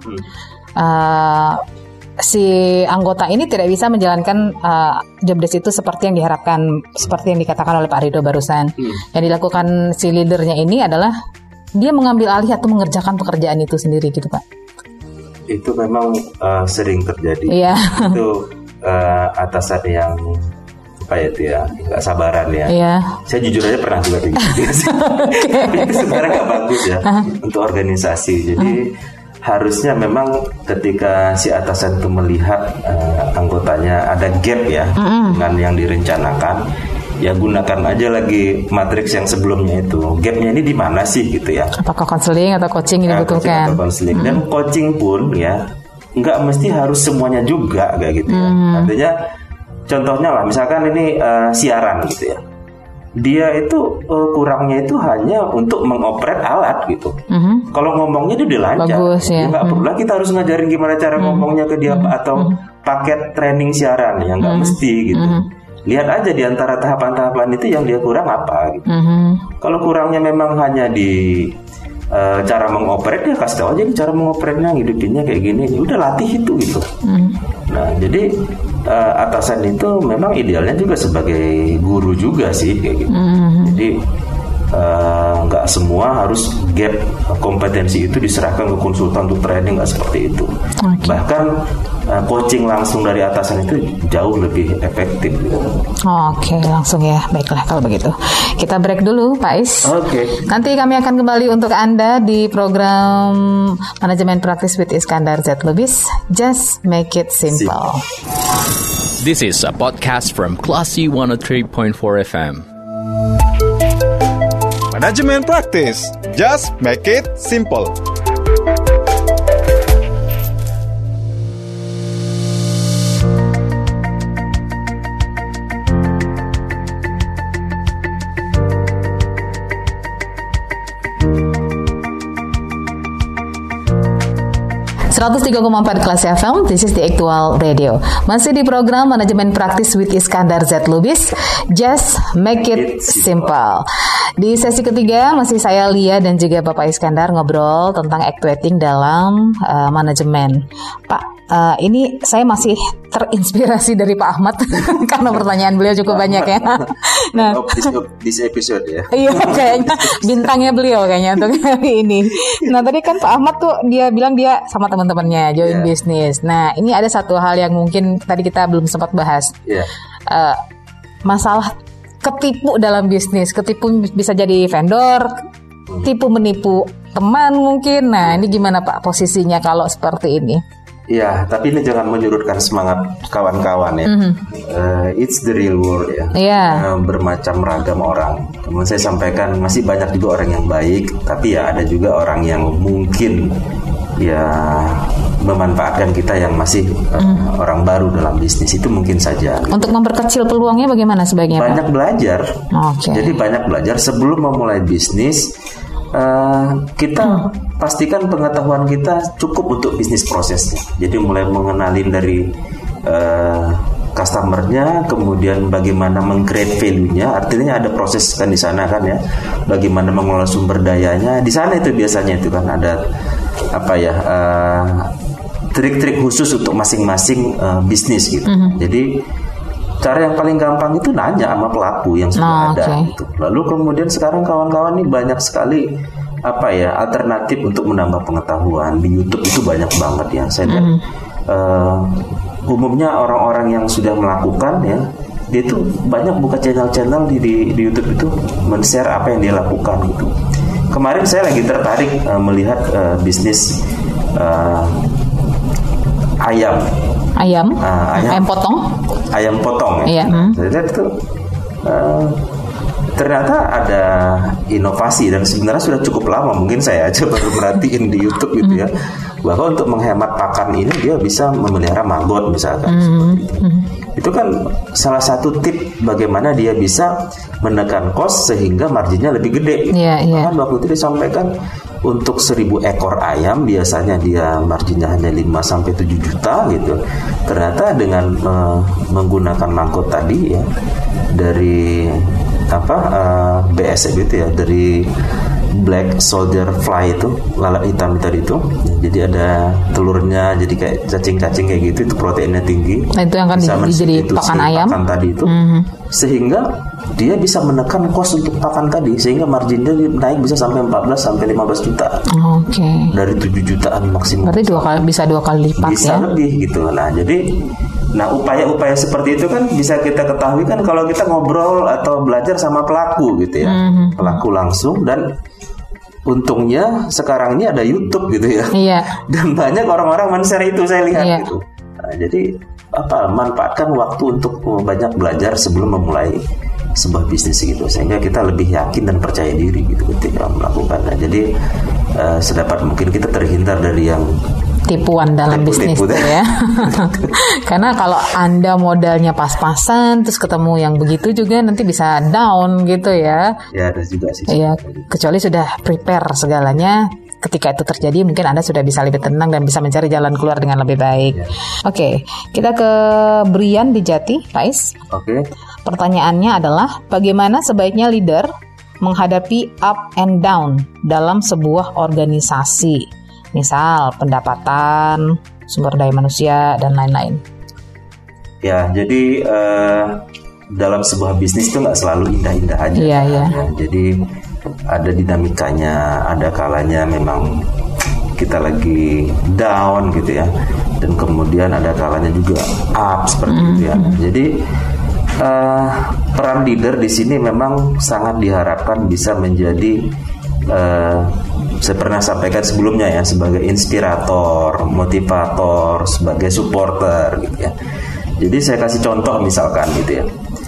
[SPEAKER 3] si anggota ini tidak bisa menjalankan job desk itu seperti yang diharapkan, seperti yang dikatakan oleh Pak Rido barusan. Yang dilakukan si leadernya ini adalah dia mengambil alih atau mengerjakan pekerjaan itu sendiri gitu Pak.
[SPEAKER 4] Itu memang sering terjadi.
[SPEAKER 3] Iya.
[SPEAKER 4] Itu atasan yang apa ya itu ya, nggak sabaran ya.
[SPEAKER 3] Iya.
[SPEAKER 4] Saya jujur aja pernah juga kayak gitu. Tapi itu sebenarnya nggak bagus ya untuk organisasi. Jadi harusnya memang ketika si atasan itu melihat anggotanya ada gap ya dengan yang direncanakan, ya gunakan aja lagi matriks yang sebelumnya itu. Gapnya ini di mana sih gitu ya?
[SPEAKER 3] Apakah konseling atau coaching yang dibutuhkan?
[SPEAKER 4] Dan coaching pun ya nggak mesti harus semuanya juga kayak gitu ya. Artinya contohnya lah, misalkan ini siaran gitu ya. Dia itu kurangnya itu hanya untuk mengoperet alat gitu. Kalau ngomongnya itu udah lancar.
[SPEAKER 3] Bagus, ya.
[SPEAKER 4] Nggak perlu kita harus ngajarin gimana cara ngomongnya ke dia atau paket training siaran yang nggak mesti gitu. Lihat aja di antara tahapan-tahapan itu yang dia kurang apa gitu. Kalau kurangnya memang hanya di cara mengoperate, ya kasih tahu aja cara mengoperatnya, ngidupinnya kayak gini. Udah latih itu gitu. Nah, jadi atasan itu memang idealnya juga sebagai guru juga sih kayak gitu. Jadi nggak semua harus gap kompetensi itu diserahkan ke konsultan untuk training, nggak seperti itu. Bahkan coaching langsung dari atasan itu jauh lebih efektif gitu.
[SPEAKER 3] Oke, langsung ya. Baiklah kalau begitu. Kita break dulu, Pak Is.
[SPEAKER 4] Oke.
[SPEAKER 3] Nanti kami akan kembali untuk Anda di program Manajemen Praktis with Iskandar Z. Lubis. Just make it simple.
[SPEAKER 1] This is a podcast from Classy 103.4 FM.
[SPEAKER 2] Manajemen Praktis. Just make it simple.
[SPEAKER 3] Kelas FM, this is the Actual Radio. Masih di program Manajemen Praktis with Iskandar Z. Lubis, Just Make It Simple. Di sesi ketiga masih saya Lia dan juga Bapak Iskandar ngobrol tentang actuating dalam manajemen. Pak, ini saya masih terinspirasi dari Pak Ahmad karena pertanyaan beliau cukup banyak ya. Nah,
[SPEAKER 4] this episode ya.
[SPEAKER 3] Iya, kayaknya bintangnya beliau kayaknya untuk hari ini. Nah, tadi kan Pak Ahmad tuh dia bilang dia sama teman-temannya join bisnis. Nah, ini ada satu hal yang mungkin tadi kita belum sempat bahas. Masalah ketipu dalam bisnis. Ketipu bisa jadi vendor, tipu menipu teman mungkin. Nah, ini gimana Pak posisinya kalau seperti ini?
[SPEAKER 4] Ya, tapi ini jangan menyurutkan semangat kawan-kawan ya. It's the real world ya. Bermacam ragam orang. Kemudian saya sampaikan masih banyak juga orang yang baik, tapi ya ada juga orang yang mungkin ya memanfaatkan kita yang masih orang baru dalam bisnis, itu mungkin saja.
[SPEAKER 3] Untuk memperkecil peluangnya bagaimana sebaiknya Pak?
[SPEAKER 4] Banyak belajar. Jadi banyak belajar sebelum memulai bisnis. Kita pastikan pengetahuan kita cukup untuk bisnis prosesnya. Jadi mulai mengenalin dari customernya, kemudian bagaimana meng-create value-nya. Artinya ada proses kan di sana kan ya. Bagaimana mengelola sumber dayanya. Di sana itu biasanya itu kan ada apa ya trik-trik khusus untuk masing-masing bisnis gitu. Jadi cara yang paling gampang itu nanya sama pelaku yang sudah ada gitu. Lalu kemudian sekarang kawan-kawan ini banyak sekali apa ya alternatif untuk menambah pengetahuan. Di YouTube itu banyak banget ya. Saya lihat umumnya orang-orang yang sudah melakukan ya, dia itu banyak buka channel-channel di YouTube itu men-share apa yang dia lakukan gitu. Kemarin saya lagi tertarik melihat bisnis ayam potong ya. Saya lihat itu ternyata ada inovasi dan sebenarnya sudah cukup lama, mungkin saya aja baru merhatiin di YouTube gitu ya, bahwa untuk menghemat pakan ini dia bisa memelihara maggot misalkan. Itu kan salah satu tip bagaimana dia bisa menekan cost sehingga marginnya lebih gede. Bahkan waktu itu disampaikan untuk 1.000 ekor ayam biasanya dia marginnya hanya 5-7 juta gitu. Ternyata dengan menggunakan mangkot tadi ya dari BSF itu ya, dari black soldier fly itu, lalat hitam tadi itu. Jadi ada telurnya, jadi kayak cacing-cacing kayak gitu, itu proteinnya tinggi.
[SPEAKER 3] Nah, itu yang kan jadi pakan ayam.
[SPEAKER 4] Pakan tadi itu. Sehingga dia bisa menekan cost untuk pakan tadi, sehingga marginnya naik bisa sampai 14-15 juta. Dari 7 jutaan maksimum.
[SPEAKER 3] Berarti bisa dua kali lipat
[SPEAKER 4] bisa
[SPEAKER 3] ya.
[SPEAKER 4] Bisa lebih gitu. Nah, jadi Nah, upaya-upaya seperti itu kan bisa kita ketahui kan kalau kita ngobrol atau belajar sama pelaku gitu ya, pelaku langsung. Dan untungnya sekarang ini ada YouTube gitu ya, dan banyak orang-orang men-share itu saya lihat gitu. Nah, jadi manfaatkan waktu untuk banyak belajar sebelum memulai sebuah bisnis gitu, sehingga kita lebih yakin dan percaya diri gitu ketika melakukannya. Jadi sedapat mungkin kita terhindar dari yang
[SPEAKER 3] tipuan dalam bisnis itu ya. Karena kalau Anda modalnya pas-pasan terus ketemu yang begitu juga nanti bisa down gitu ya.
[SPEAKER 4] Ya, ada juga sih.
[SPEAKER 3] Iya, kecuali sudah prepare segalanya. Ketika itu terjadi mungkin Anda sudah bisa lebih tenang dan bisa mencari jalan keluar dengan lebih baik. Ya. Oke, kita ke Brian di Jati, Pais.
[SPEAKER 4] Oke.
[SPEAKER 3] Pertanyaannya adalah bagaimana sebaiknya leader menghadapi up and down dalam sebuah organisasi? Misal pendapatan, sumber daya manusia, dan lain-lain.
[SPEAKER 4] Ya, jadi dalam sebuah bisnis itu nggak selalu indah-indah aja.
[SPEAKER 3] Iya.
[SPEAKER 4] Ya, jadi ada dinamikanya, ada kalanya memang kita lagi down gitu ya, dan kemudian ada kalanya juga up seperti itu ya. Jadi peran leader di sini memang sangat diharapkan bisa menjadi saya pernah sampaikan sebelumnya ya, sebagai inspirator, motivator, sebagai supporter gitu ya. Jadi saya kasih contoh misalkan gitu ya,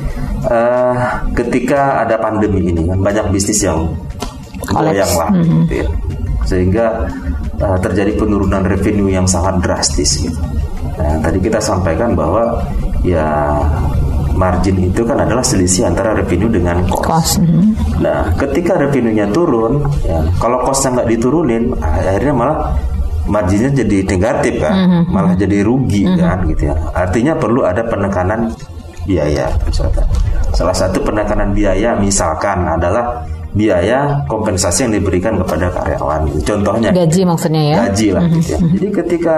[SPEAKER 4] ketika ada pandemi ini kan banyak bisnis yang goyang lah gitu ya, sehingga terjadi penurunan revenue yang sangat drastis gitu. Nah, tadi kita sampaikan bahwa ya margin itu kan adalah selisih antara revenue dengan cost. Nah, ketika revenue-nya turun, ya, kalau cost-nya nggak diturunin, akhirnya malah marginnya jadi negatif kan, malah jadi rugi kan, gitu ya. Artinya perlu ada penekanan biaya. Misalkan. Salah satu penekanan biaya misalkan adalah biaya kompensasi yang diberikan kepada karyawan. Contohnya
[SPEAKER 3] gaji maksudnya ya.
[SPEAKER 4] Gaji lah, gitu ya. Jadi ketika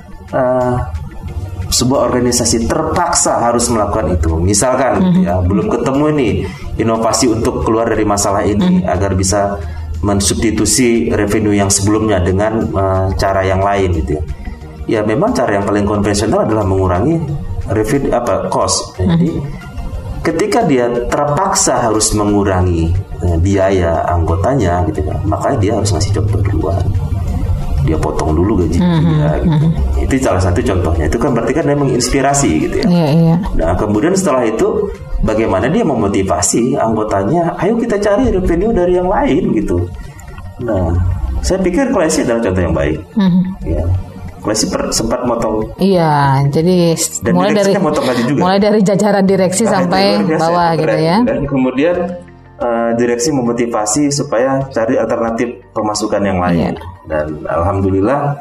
[SPEAKER 4] sebuah organisasi terpaksa harus melakukan itu, misalkan gitu ya, belum ketemu nih inovasi untuk keluar dari masalah ini agar bisa mensubstitusi revenue yang sebelumnya dengan cara yang lain gitu ya. Ya memang cara yang paling konvensional adalah mengurangi revenue cost. Jadi ketika dia terpaksa harus mengurangi biaya anggotanya gitu ya, makanya dia harus ngasih contoh duluan. Dia potong dulu gaji dia gitu. Itu salah satu contohnya. Itu kan berarti kan dia menginspirasi gitu ya. Nah, kemudian setelah itu bagaimana dia memotivasi anggotanya, ayo kita cari revenue dari yang lain gitu. Nah, saya pikir Klesi adalah contoh yang baik. Ya. Klesi sempat motong.
[SPEAKER 3] Iya, jadi
[SPEAKER 4] dan
[SPEAKER 3] mulai dari jajaran direksi sampai bawah gitu ya.
[SPEAKER 4] Dan kemudian direksi memotivasi supaya cari alternatif pemasukan yang lain. Dan alhamdulillah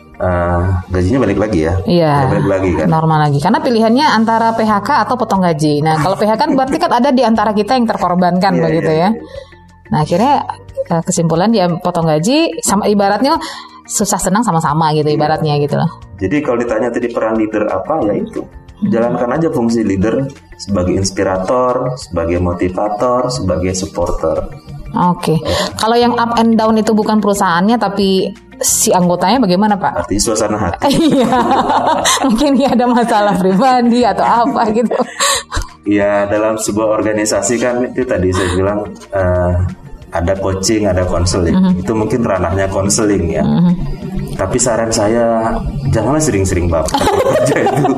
[SPEAKER 4] gajinya balik lagi ya.
[SPEAKER 3] Iya,
[SPEAKER 4] balik lagi kan.
[SPEAKER 3] Normal lagi. Karena pilihannya antara PHK atau potong gaji. Nah, kalau PHK kan berarti kan ada di antara kita yang terkorbankan begitu ya. Nah, akhirnya kesimpulan dia potong gaji, sama ibaratnya susah senang sama-sama gitu ibaratnya gitu loh. Jadi
[SPEAKER 4] kalau ditanya tadi peran leader apa, ya itu. Jalankan aja fungsi leader sebagai inspirator, sebagai motivator, sebagai supporter.
[SPEAKER 3] Oke. Kalau yang up and down itu bukan perusahaannya tapi si anggotanya bagaimana, Pak?
[SPEAKER 4] Artinya suasana hati.
[SPEAKER 3] Iya. Mungkin dia ada masalah pribadi atau apa gitu.
[SPEAKER 4] Ya, dalam sebuah organisasi kan itu tadi saya bilang ada coaching, ada konseling. Itu mungkin ranahnya konseling ya. Tapi saran saya janganlah sering-sering baper kerja itu.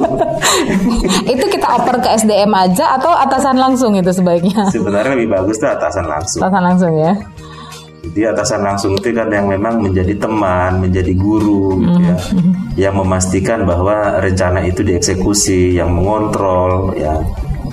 [SPEAKER 3] Itu kita oper ke SDM aja atau atasan langsung itu sebaiknya?
[SPEAKER 4] Sebenarnya lebih bagus tuh atasan langsung.
[SPEAKER 3] Atasan langsung ya.
[SPEAKER 4] Jadi atasan langsung itu kan yang memang menjadi teman, menjadi guru gitu ya. Yang memastikan bahwa rencana itu dieksekusi, yang mengontrol ya.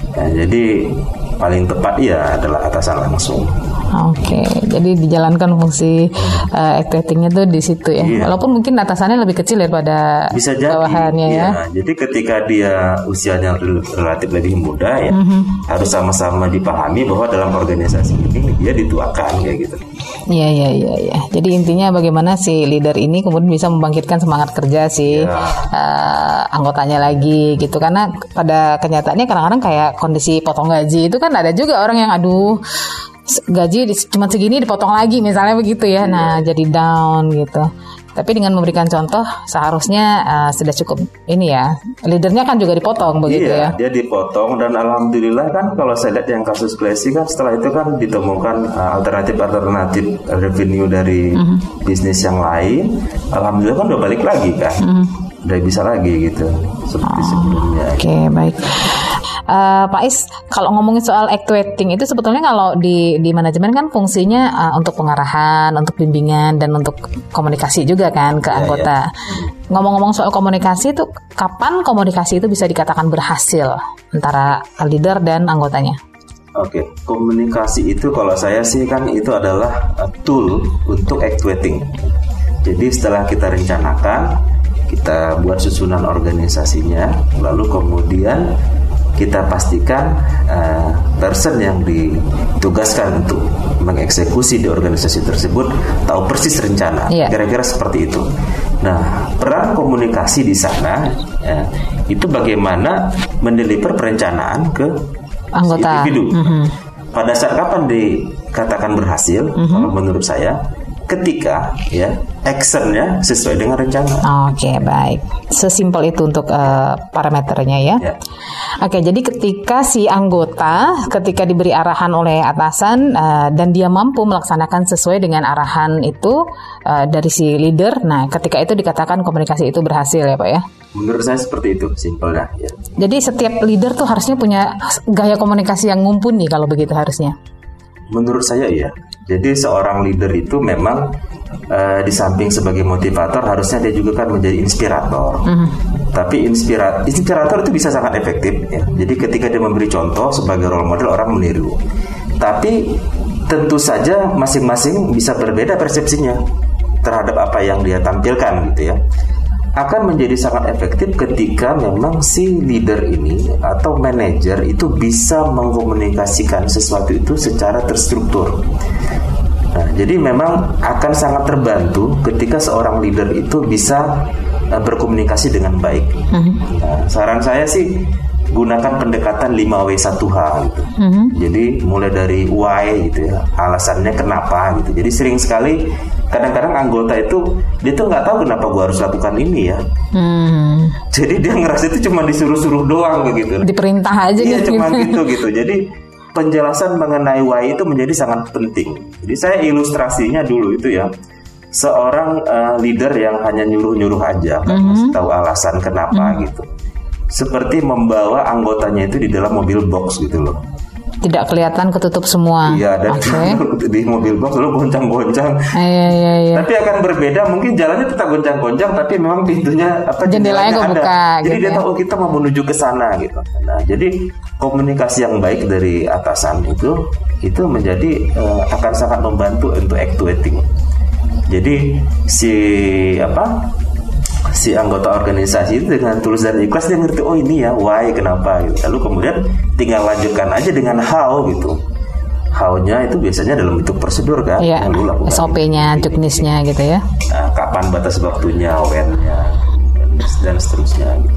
[SPEAKER 4] Jadi paling tepat ya adalah atasan langsung.
[SPEAKER 3] Oke, jadi dijalankan fungsi activatingnya tuh di situ ya. Iya. Walaupun mungkin atasannya lebih kecil daripada
[SPEAKER 4] bisa jadi,
[SPEAKER 3] bawahannya ya.
[SPEAKER 4] Jadi ketika dia usianya relatif lebih muda ya, harus sama-sama dipahami bahwa dalam organisasi ini dia dituakan kayak gitu.
[SPEAKER 3] Iya. Jadi intinya bagaimana si leader ini kemudian bisa membangkitkan semangat kerja si anggotanya lagi gitu. Karena pada kenyataannya kadang-kadang kayak kondisi potong gaji itu kan ada juga orang yang gaji cuma segini dipotong lagi misalnya begitu ya. Nah, jadi down gitu. Tapi dengan memberikan contoh seharusnya sudah cukup ini ya. Leadernya kan juga dipotong begitu ya.
[SPEAKER 4] Iya, dia dipotong dan alhamdulillah kan kalau saya lihat yang kasus Klesi kan setelah itu kan ditemukan alternatif revenue dari bisnis yang lain. Alhamdulillah kan udah balik lagi kan. Udah bisa lagi gitu seperti sebelumnya.
[SPEAKER 3] Oke, baik. Pak Is, kalau ngomongin soal actuating itu sebetulnya kalau di manajemen kan fungsinya untuk pengarahan, untuk bimbingan dan untuk komunikasi juga kan ke anggota. Ngomong-ngomong soal komunikasi itu, kapan komunikasi itu bisa dikatakan berhasil antara leader dan anggotanya?
[SPEAKER 4] Oke, komunikasi itu kalau saya sih kan itu adalah tool untuk actuating. Jadi setelah kita rencanakan, kita buat susunan organisasinya, lalu kemudian kita pastikan person yang ditugaskan untuk mengeksekusi di organisasi tersebut tahu persis rencana, kira-kira seperti itu. Nah, peran komunikasi di sana itu bagaimana mendeliver perencanaan ke
[SPEAKER 3] anggota
[SPEAKER 4] individu. Pada saat kapan dikatakan berhasil? Kalau menurut saya, ketika actionnya sesuai dengan rencana.
[SPEAKER 3] Oke, baik. Sesimpel itu untuk parameternya ya. Oke, jadi ketika si anggota ketika diberi arahan oleh atasan dan dia mampu melaksanakan sesuai dengan arahan itu dari si leader, nah ketika itu dikatakan komunikasi itu berhasil ya Pak ya.
[SPEAKER 4] Menurut saya seperti itu, simpelnya ya.
[SPEAKER 3] Jadi setiap leader tuh harusnya punya gaya komunikasi yang mumpuni kalau begitu harusnya.
[SPEAKER 4] Menurut saya iya. Jadi seorang leader itu memang di samping sebagai motivator harusnya dia juga kan menjadi inspirator. Tapi inspirator itu bisa sangat efektif ya. Jadi ketika dia memberi contoh sebagai role model, orang meniru. Tapi tentu saja masing-masing bisa berbeda persepsinya terhadap apa yang dia tampilkan gitu ya. Akan menjadi sangat efektif ketika memang si leader ini atau manajer itu bisa mengkomunikasikan sesuatu itu secara terstruktur. Nah, jadi memang akan sangat terbantu ketika seorang leader itu bisa berkomunikasi dengan baik. Nah, saran saya sih gunakan pendekatan 5W1H gitu. Jadi mulai dari why gitu ya, alasannya kenapa gitu. Jadi sering sekali kadang-kadang anggota itu dia tuh nggak tahu kenapa gue harus lakukan ini ya. Jadi dia ngerasa itu cuma disuruh-suruh doang begitu.
[SPEAKER 3] Diperintah aja
[SPEAKER 4] gitu. Iya, cuma gitu. Jadi penjelasan mengenai why itu menjadi sangat penting. Jadi saya ilustrasinya dulu itu ya. Seorang leader yang hanya nyuruh-nyuruh aja, nggak mesti tahu alasan kenapa gitu. Seperti membawa anggotanya itu di dalam mobil box gitu loh.
[SPEAKER 3] Tidak kelihatan, ketutup semua.
[SPEAKER 4] Iya, dan di mobil box lalu goncang-goncang.
[SPEAKER 3] Iya.
[SPEAKER 4] Tapi akan berbeda, mungkin jalannya tetap goncang-goncang, tapi memang pintunya jendelanya
[SPEAKER 3] kebuka.
[SPEAKER 4] Jadi
[SPEAKER 3] gitu
[SPEAKER 4] dia tahu kita mau menuju ke sana gitu. Nah, jadi komunikasi yang baik dari atasan itu menjadi akan sangat membantu untuk actuating. Jadi si anggota organisasi itu dengan tulus dan ikhlas dia ngerti, oh ini ya why, kenapa gitu. Lalu kemudian tinggal lanjutkan aja dengan how gitu. How-nya itu biasanya dalam bentuk prosedur kan,
[SPEAKER 3] yang lu lakukan SOP-nya, juknisnya gitu ya.
[SPEAKER 4] Nah, kapan batas waktunya, when-nya dan seterusnya gitu.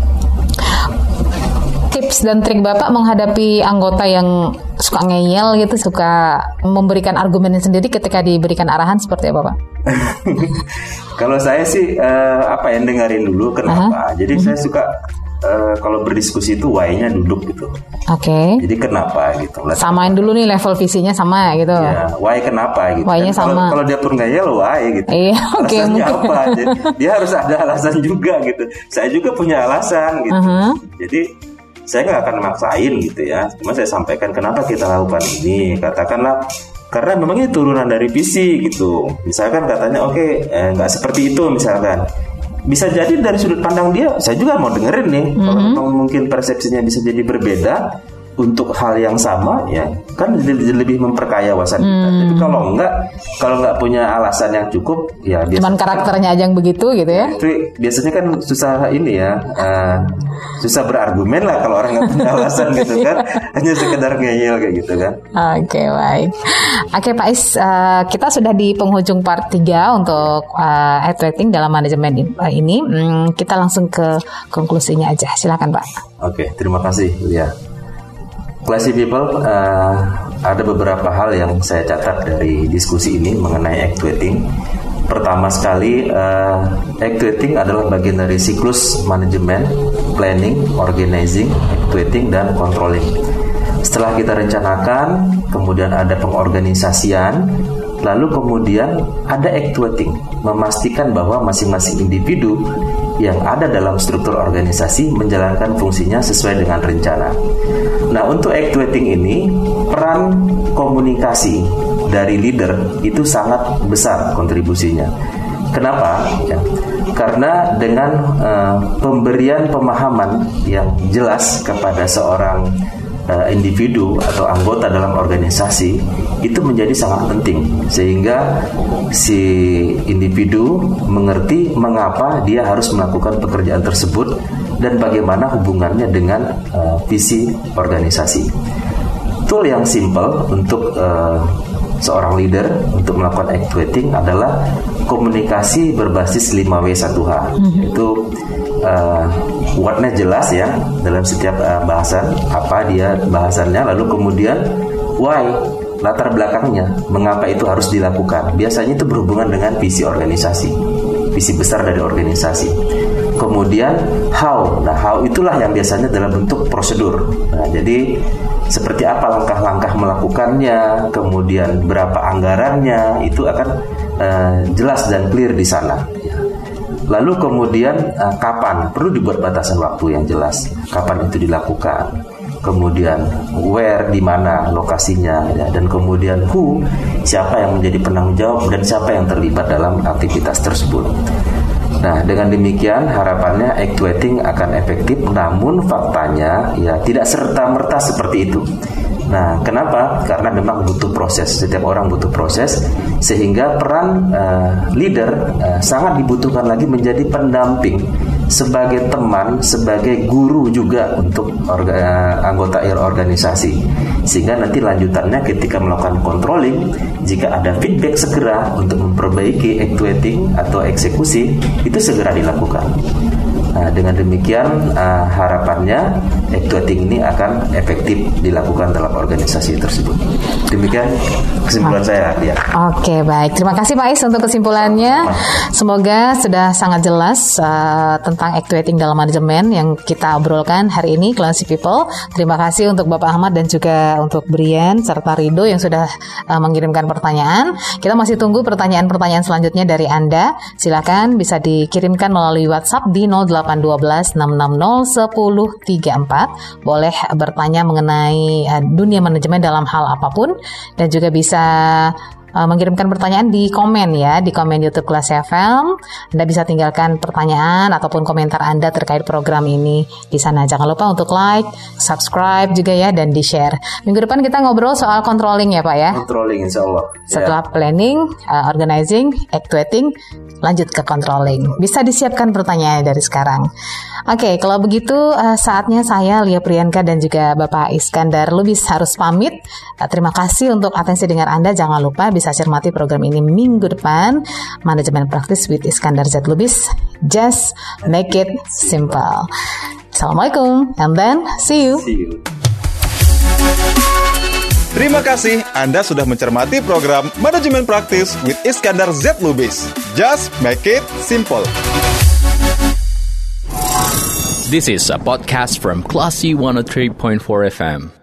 [SPEAKER 3] Tips dan trik Bapak menghadapi anggota yang suka ngeyel gitu, suka memberikan argumennya sendiri ketika diberikan arahan seperti apa Pak?
[SPEAKER 4] Kalau saya sih dengerin dulu kenapa. Jadi saya suka kalau berdiskusi itu why-nya duduk gitu.
[SPEAKER 3] Oke.
[SPEAKER 4] Jadi kenapa gitu.
[SPEAKER 3] Samain dulu nih level visinya sama gitu.
[SPEAKER 4] Ya, why kenapa gitu.
[SPEAKER 3] Why-nya sama.
[SPEAKER 4] Kalau dia pun ngeyel why gitu.
[SPEAKER 3] Iya, oke.
[SPEAKER 4] Alasannya apa? Jadi, dia harus ada alasan juga gitu. Saya juga punya alasan gitu. Jadi saya nggak akan maksain gitu ya. Cuma saya sampaikan kenapa kita lakukan ini. Katakanlah karena memang ini turunan dari visi gitu. Misalkan katanya nggak seperti itu misalkan. Bisa jadi dari sudut pandang dia, saya juga mau dengerin nih. Kalau memang mungkin persepsinya bisa jadi berbeda untuk hal yang sama, ya kan lebih memperkaya wawasan kita. Jadi kalau nggak punya alasan yang cukup, ya
[SPEAKER 3] cuman karakternya aja yang begitu gitu ya.
[SPEAKER 4] Itu biasanya kan susah ini ya, susah berargumen lah kalau orang nggak punya alasan gitu kan, hanya sekedar ngeyel kayak gitu kan.
[SPEAKER 3] Oke, baik. Oke Pak Is, kita sudah di penghujung part 3 untuk actuating dalam manajemen ini. Kita langsung ke konklusinya aja. Silakan Pak.
[SPEAKER 4] Oke, terima kasih ya. Classy people, ada beberapa hal yang saya catat dari diskusi ini mengenai actuating. Pertama sekali, actuating adalah bagian dari siklus manajemen, planning, organizing, actuating, dan controlling. Setelah kita rencanakan, kemudian ada pengorganisasian, lalu kemudian ada actuating, memastikan bahwa masing-masing individu yang ada dalam struktur organisasi menjalankan fungsinya sesuai dengan rencana. Nah, untuk actuating ini, peran komunikasi dari leader itu sangat besar kontribusinya. Kenapa? Ya, karena dengan pemberian pemahaman yang jelas kepada seorang individu atau anggota dalam organisasi itu menjadi sangat penting, sehingga si individu mengerti mengapa dia harus melakukan pekerjaan tersebut dan bagaimana hubungannya dengan visi organisasi. Tool yang simple untuk seorang leader untuk melakukan actuating adalah komunikasi berbasis 5W1H. Itu wordnya jelas ya dalam setiap bahasan, apa dia bahasannya, lalu kemudian why, latar belakangnya, mengapa itu harus dilakukan. Biasanya itu berhubungan dengan visi organisasi, visi besar dari organisasi. Kemudian how, nah how itulah yang biasanya dalam bentuk prosedur. Nah, jadi seperti apa langkah-langkah melakukannya, kemudian berapa anggarannya, itu akan jelas dan clear di sana. Lalu kemudian kapan, perlu dibuat batasan waktu yang jelas, kapan itu dilakukan. Kemudian where, di mana lokasinya, ya, dan kemudian who, siapa yang menjadi penanggung jawab dan siapa yang terlibat dalam aktivitas tersebut. Nah, dengan demikian harapannya actuating akan efektif, namun faktanya ya tidak serta-merta seperti itu. Nah, kenapa? Karena memang butuh proses, setiap orang butuh proses, sehingga peran leader sangat dibutuhkan lagi menjadi pendamping, sebagai teman, sebagai guru juga untuk anggota organisasi. Sehingga nanti lanjutannya ketika melakukan controlling, jika ada feedback segera untuk memperbaiki actuating atau eksekusi, itu segera dilakukan. Nah, dengan demikian harapannya actuating ini akan efektif dilakukan dalam organisasi tersebut. Demikian kesimpulan saya. Ya.
[SPEAKER 3] Oke, baik. Terima kasih Pak Is untuk kesimpulannya. Semoga sudah sangat jelas tentang actuating dalam manajemen yang kita obrolkan hari ini, Classy People. Terima kasih untuk Bapak Ahmad dan juga untuk Brian serta Rido yang sudah mengirimkan pertanyaan. Kita masih tunggu pertanyaan-pertanyaan selanjutnya dari Anda. Silakan bisa dikirimkan melalui WhatsApp di 0812 660 1034. Boleh bertanya mengenai dunia manajemen dalam hal apapun, dan juga bisa mengirimkan pertanyaan di komen ya, di komen YouTube Classy FM. Anda bisa tinggalkan pertanyaan ataupun komentar Anda terkait program ini di sana. Jangan lupa untuk like, subscribe juga ya, dan di-share. Minggu depan kita ngobrol soal controlling ya Pak ya.
[SPEAKER 4] Controlling insya Allah.
[SPEAKER 3] Setelah planning, organizing, actuating, lanjut ke controlling. Bisa disiapkan pertanyaannya dari sekarang. Oke, kalau begitu saatnya saya, Lia Priyanka, dan juga Bapak Iskandar Lubis harus pamit. Terima kasih untuk atensi dengar Anda. Jangan lupa bisa cermati program ini minggu depan. Manajemen Praktis with Iskandar Z. Lubis. Just make it simple. Assalamualaikum, and then see you.
[SPEAKER 2] Terima kasih Anda sudah mencermati program Manajemen Praktis with Iskandar Z. Lubis. Just make it simple.
[SPEAKER 1] This is a podcast from Classy 103.4 FM.